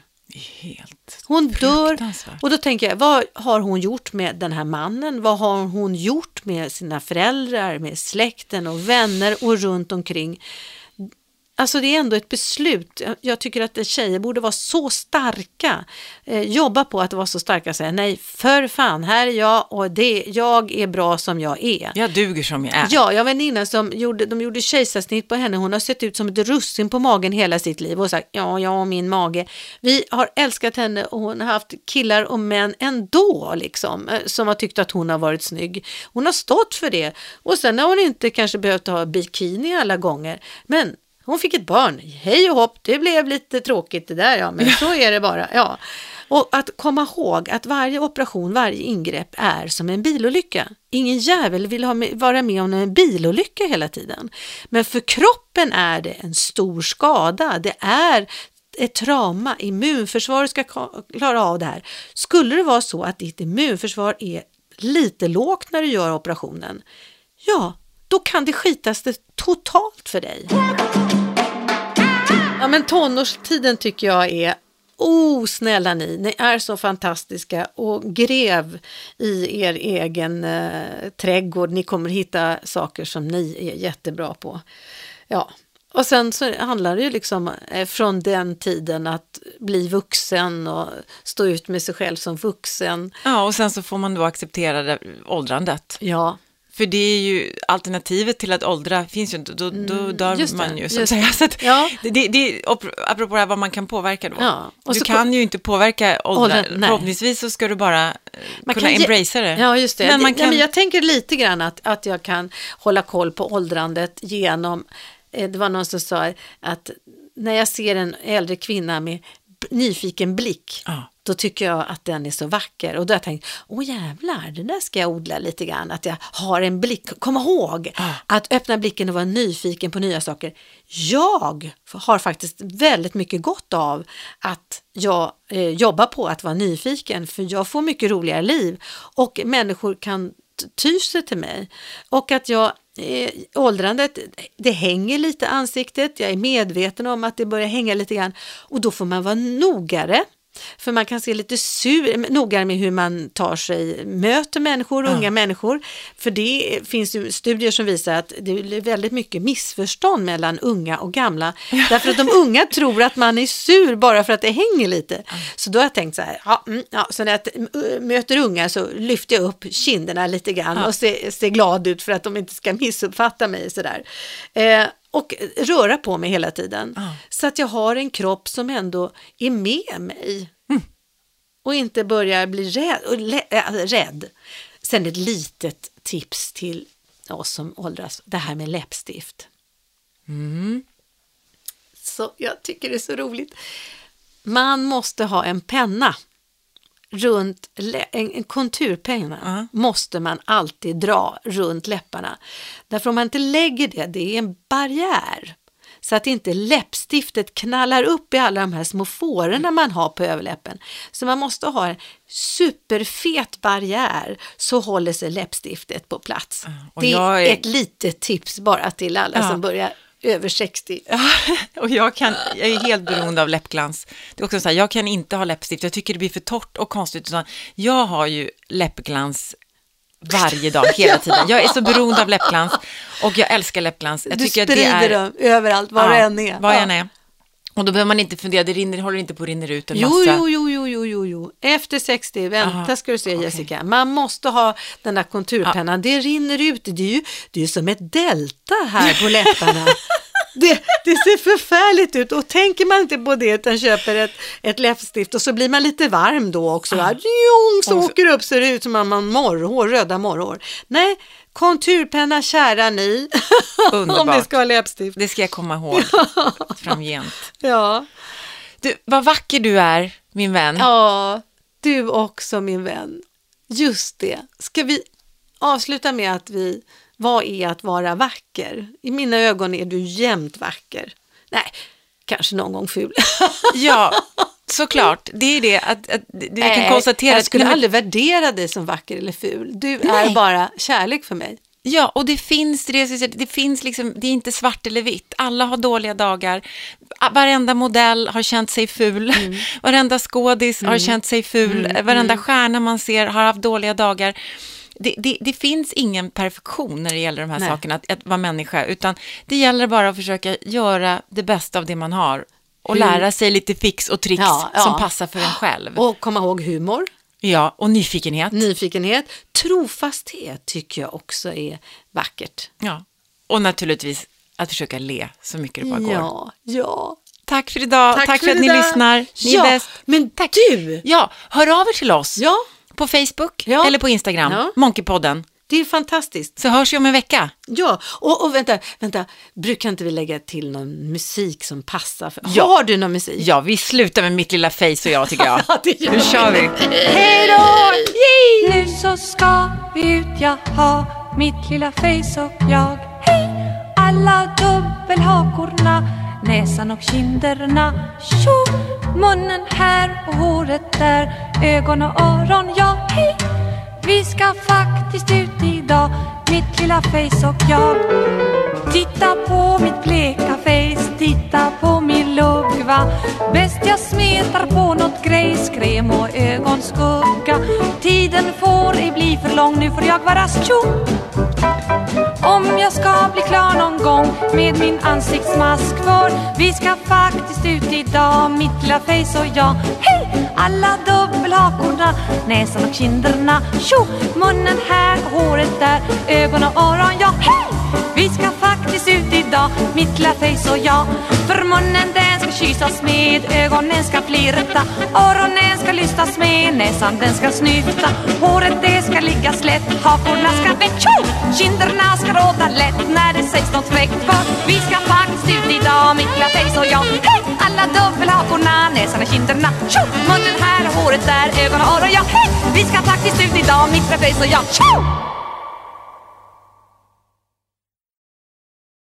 Helt hon dör. Och då tänker jag, vad har hon gjort med den här mannen? Vad har hon gjort med sina föräldrar, med släkten och vänner och runt omkring? Alltså det är ändå ett beslut. Jag tycker att tjejer borde vara så starka. Eh, jobba på att vara så starka och säga nej, för fan, här är jag och det, jag är bra som jag är. Jag duger som jag är. Ja, jag var en väninna som gjorde, de gjorde kejsarsnitt på henne. Hon har sett ut som ett russin på magen hela sitt liv och sagt, ja, ja, min mage. Vi har älskat henne och hon har haft killar och män ändå liksom, som har tyckt att hon har varit snygg. Hon har stått för det. Och sen har hon inte kanske behövt ha bikini alla gånger. Men hon fick ett barn, hej och hopp, det blev lite tråkigt det där, ja, men så är det bara, ja. Och att komma ihåg att varje operation, varje ingrepp är som en bilolycka. Ingen jävel vill ha med, vara med om en bilolycka hela tiden. Men för kroppen är det en stor skada, det är ett trauma, immunförsvaret ska klara av det här. Skulle det vara så att ditt immunförsvar är lite lågt när du gör operationen, ja, då kan det skitas det totalt för dig. Ja, men tonårstiden tycker jag är, oh snälla ni, ni är så fantastiska och gräv i er egen eh, trädgård. Ni kommer hitta saker som ni är jättebra på. Ja, och sen så handlar det ju liksom eh, från den tiden att bli vuxen och stå ut med sig själv som vuxen. Ja, och sen så får man då acceptera det, åldrandet. Ja. För det är ju alternativet till att åldra finns ju inte, då, då dör just man det, ju så att säga. Så att ja. det, det, det, apropå det här, vad man kan påverka då. Ja. Och du så kan ju inte påverka åldra. åldern, förhoppningsvis så ska du bara man kunna ge... embracea det. Ja, just det. Men man det, kan... men jag tänker lite grann att, att jag kan hålla koll på åldrandet genom, det var någon som sa att när jag ser en äldre kvinna med nyfiken blick, ja. då tycker jag att den är så vacker. Och då har jag tänkt, åh jävlar, det där ska jag odla lite grann. Att jag har en blick, kom ihåg ah. att öppna blicken och vara nyfiken på nya saker. Jag har faktiskt väldigt mycket gott av att jag eh, jobbar på att vara nyfiken. För jag får mycket roligare liv. Och människor kan ty sig till mig. Och att jag eh, åldrandet, det hänger lite ansiktet. Jag är medveten om att det börjar hänga lite grann. Och då får man vara nogare. För man kan se lite sur, noga med hur man tar sig, möter människor, ja. unga människor. För det finns ju studier som visar att det är väldigt mycket missförstånd mellan unga och gamla. Ja. Därför att de unga tror att man är sur bara för att det hänger lite. Ja. Så då har jag tänkt så här, ja, mm, ja, så när jag möter unga så lyfter jag upp kinderna lite grann ja. och ser, ser glad ut för att de inte ska missuppfatta mig sådär. Eh, Och röra på mig hela tiden. Ah. Så att jag har en kropp som ändå är med mig. Mm. Och inte börjar bli rädd, och lä- äh, rädd. Sen ett litet tips till oss som åldras. Det här med läppstift. Mm. Så jag tycker det är så roligt. Man måste ha en penna. Runt en, en konturpenna uh-huh. måste man alltid dra runt läpparna. Därför om man inte lägger det, det är en barriär. Så att inte läppstiftet knallar upp i alla de här små fårorna man har på överläppen. Så man måste ha en superfet barriär, så håller sig läppstiftet på plats. Uh, det är, är ett litet tips bara till alla uh. som börjar över sextio. Och jag, kan, jag är helt beroende av läppglans. Det är också så här, jag kan inte ha läppstift. Jag tycker det blir för torrt och konstigt. Utan jag har ju läppglans varje dag, hela tiden. Jag är så beroende av läppglans och jag älskar läppglans. Jag du tycker sprider att det är, dem överallt, var ja, du än är. Var jag ja. än är. Och då behöver man inte fundera, det rinner, håller inte på att rinna ut en jo, massa. Jo, jo, jo, jo, jo, jo. Jo, efter sextio, vänta Aha, ska du se okej. Jessica. Man måste ha den där konturpennan. Det rinner ut, det är ju, det är ju som ett delta här på läpparna. Det, det ser förfärligt ut och tänker man inte på det utan köper ett, ett läppstift och så blir man lite varm då också. Va? Jong, så åker upp så det ut som man har morrhår, röda morrhår. Nej, konturpenna kära ni. Om ni ska ha läppstift. Det ska jag komma ihåg framgent. Ja. Du, vad vacker du är, min vän. Ja, du också min vän. Just det. Ska vi avsluta med att vi, vad är att vara vacker? I mina ögon är du jämt vacker. Nej, kanske någon gång ful. Ja, såklart. Det är det att, att vi Nej, kan konstatera. jag skulle att, aldrig värdera dig som vacker eller ful. Du Nej. är bara kärlek för mig. Ja, och det finns, det, det finns liksom, det är inte svart eller vitt. Alla har dåliga dagar. Varenda modell har känt sig ful. Mm. Varenda skådis mm. har känt sig ful. Mm. Varenda stjärna man ser har haft dåliga dagar. Det, det, det finns ingen perfektion när det gäller de här Nej. sakerna, att, att vara människa. Utan det gäller bara att försöka göra det bästa av det man har. Och Hur? lära sig lite fix och tricks ja, ja. som passar för en själv. Och komma ihåg humor. Ja, och nyfikenhet. Nyfikenhet. Trofasthet tycker jag också är vackert. Ja, och naturligtvis att försöka le så mycket det bara går. Ja, ja. Tack för idag. Tack, Tack för, för att ni lyssnar. Ni ja, är bäst. Men Tack. du! Ja, hör av er till oss. Ja. På Facebook ja. eller på Instagram. Ja. Monkeypodden. Det är fantastiskt. Så hörs vi om en vecka. Ja, och, och vänta, vänta. Brukar inte vi lägga till någon musik som passar? För... Ja. Har du någon musik? Ja, vi slutar med Mitt lilla face och jag tycker jag. Nu kör vi. Hej då! Nu så ska vi ut, jag har mitt lilla face och jag. Hej! Alla dubbelhakorna, näsan och kinderna. Tjo! Munnen här och håret där, ögon och öron, ja. Hej! Vi ska faktiskt ut idag, mitt lilla face och jag. Titta på mitt bleka face, titta på min lugva. Bäst jag smetar på något grejskräm och ögonskugga. Tiden får ej bli för lång, nu får jag vara tjo. Om jag ska bli klar någon gång med min ansiktsmask, för vi ska faktiskt ut idag, mitt lilla face och jag. Hej! Alla dubbelhakorna, näsan och kinderna. Tjo! Munnen här och håret där, ögon och öron, ja. Hej! Vi ska faktiskt ut idag, mitt lilla face och jag. För munnen den ska kyssas med, ögonen ska flirta, öronen ska lystas med, näsan den ska snyfta, håret det ska ligga slätt, hakorna ska väck, tjo! Kinderna ska råda lätt när det sägs något fräckt, för vi ska faktiskt ut idag, mitt lilla face och jag. Hej! Alla dubbelhakorna, näsan och kinderna. Tjo! Munnen här och håret där, ögon och öron, ja. Hej! Vi ska faktiskt ut idag, mitt lilla face och jag. Tjo!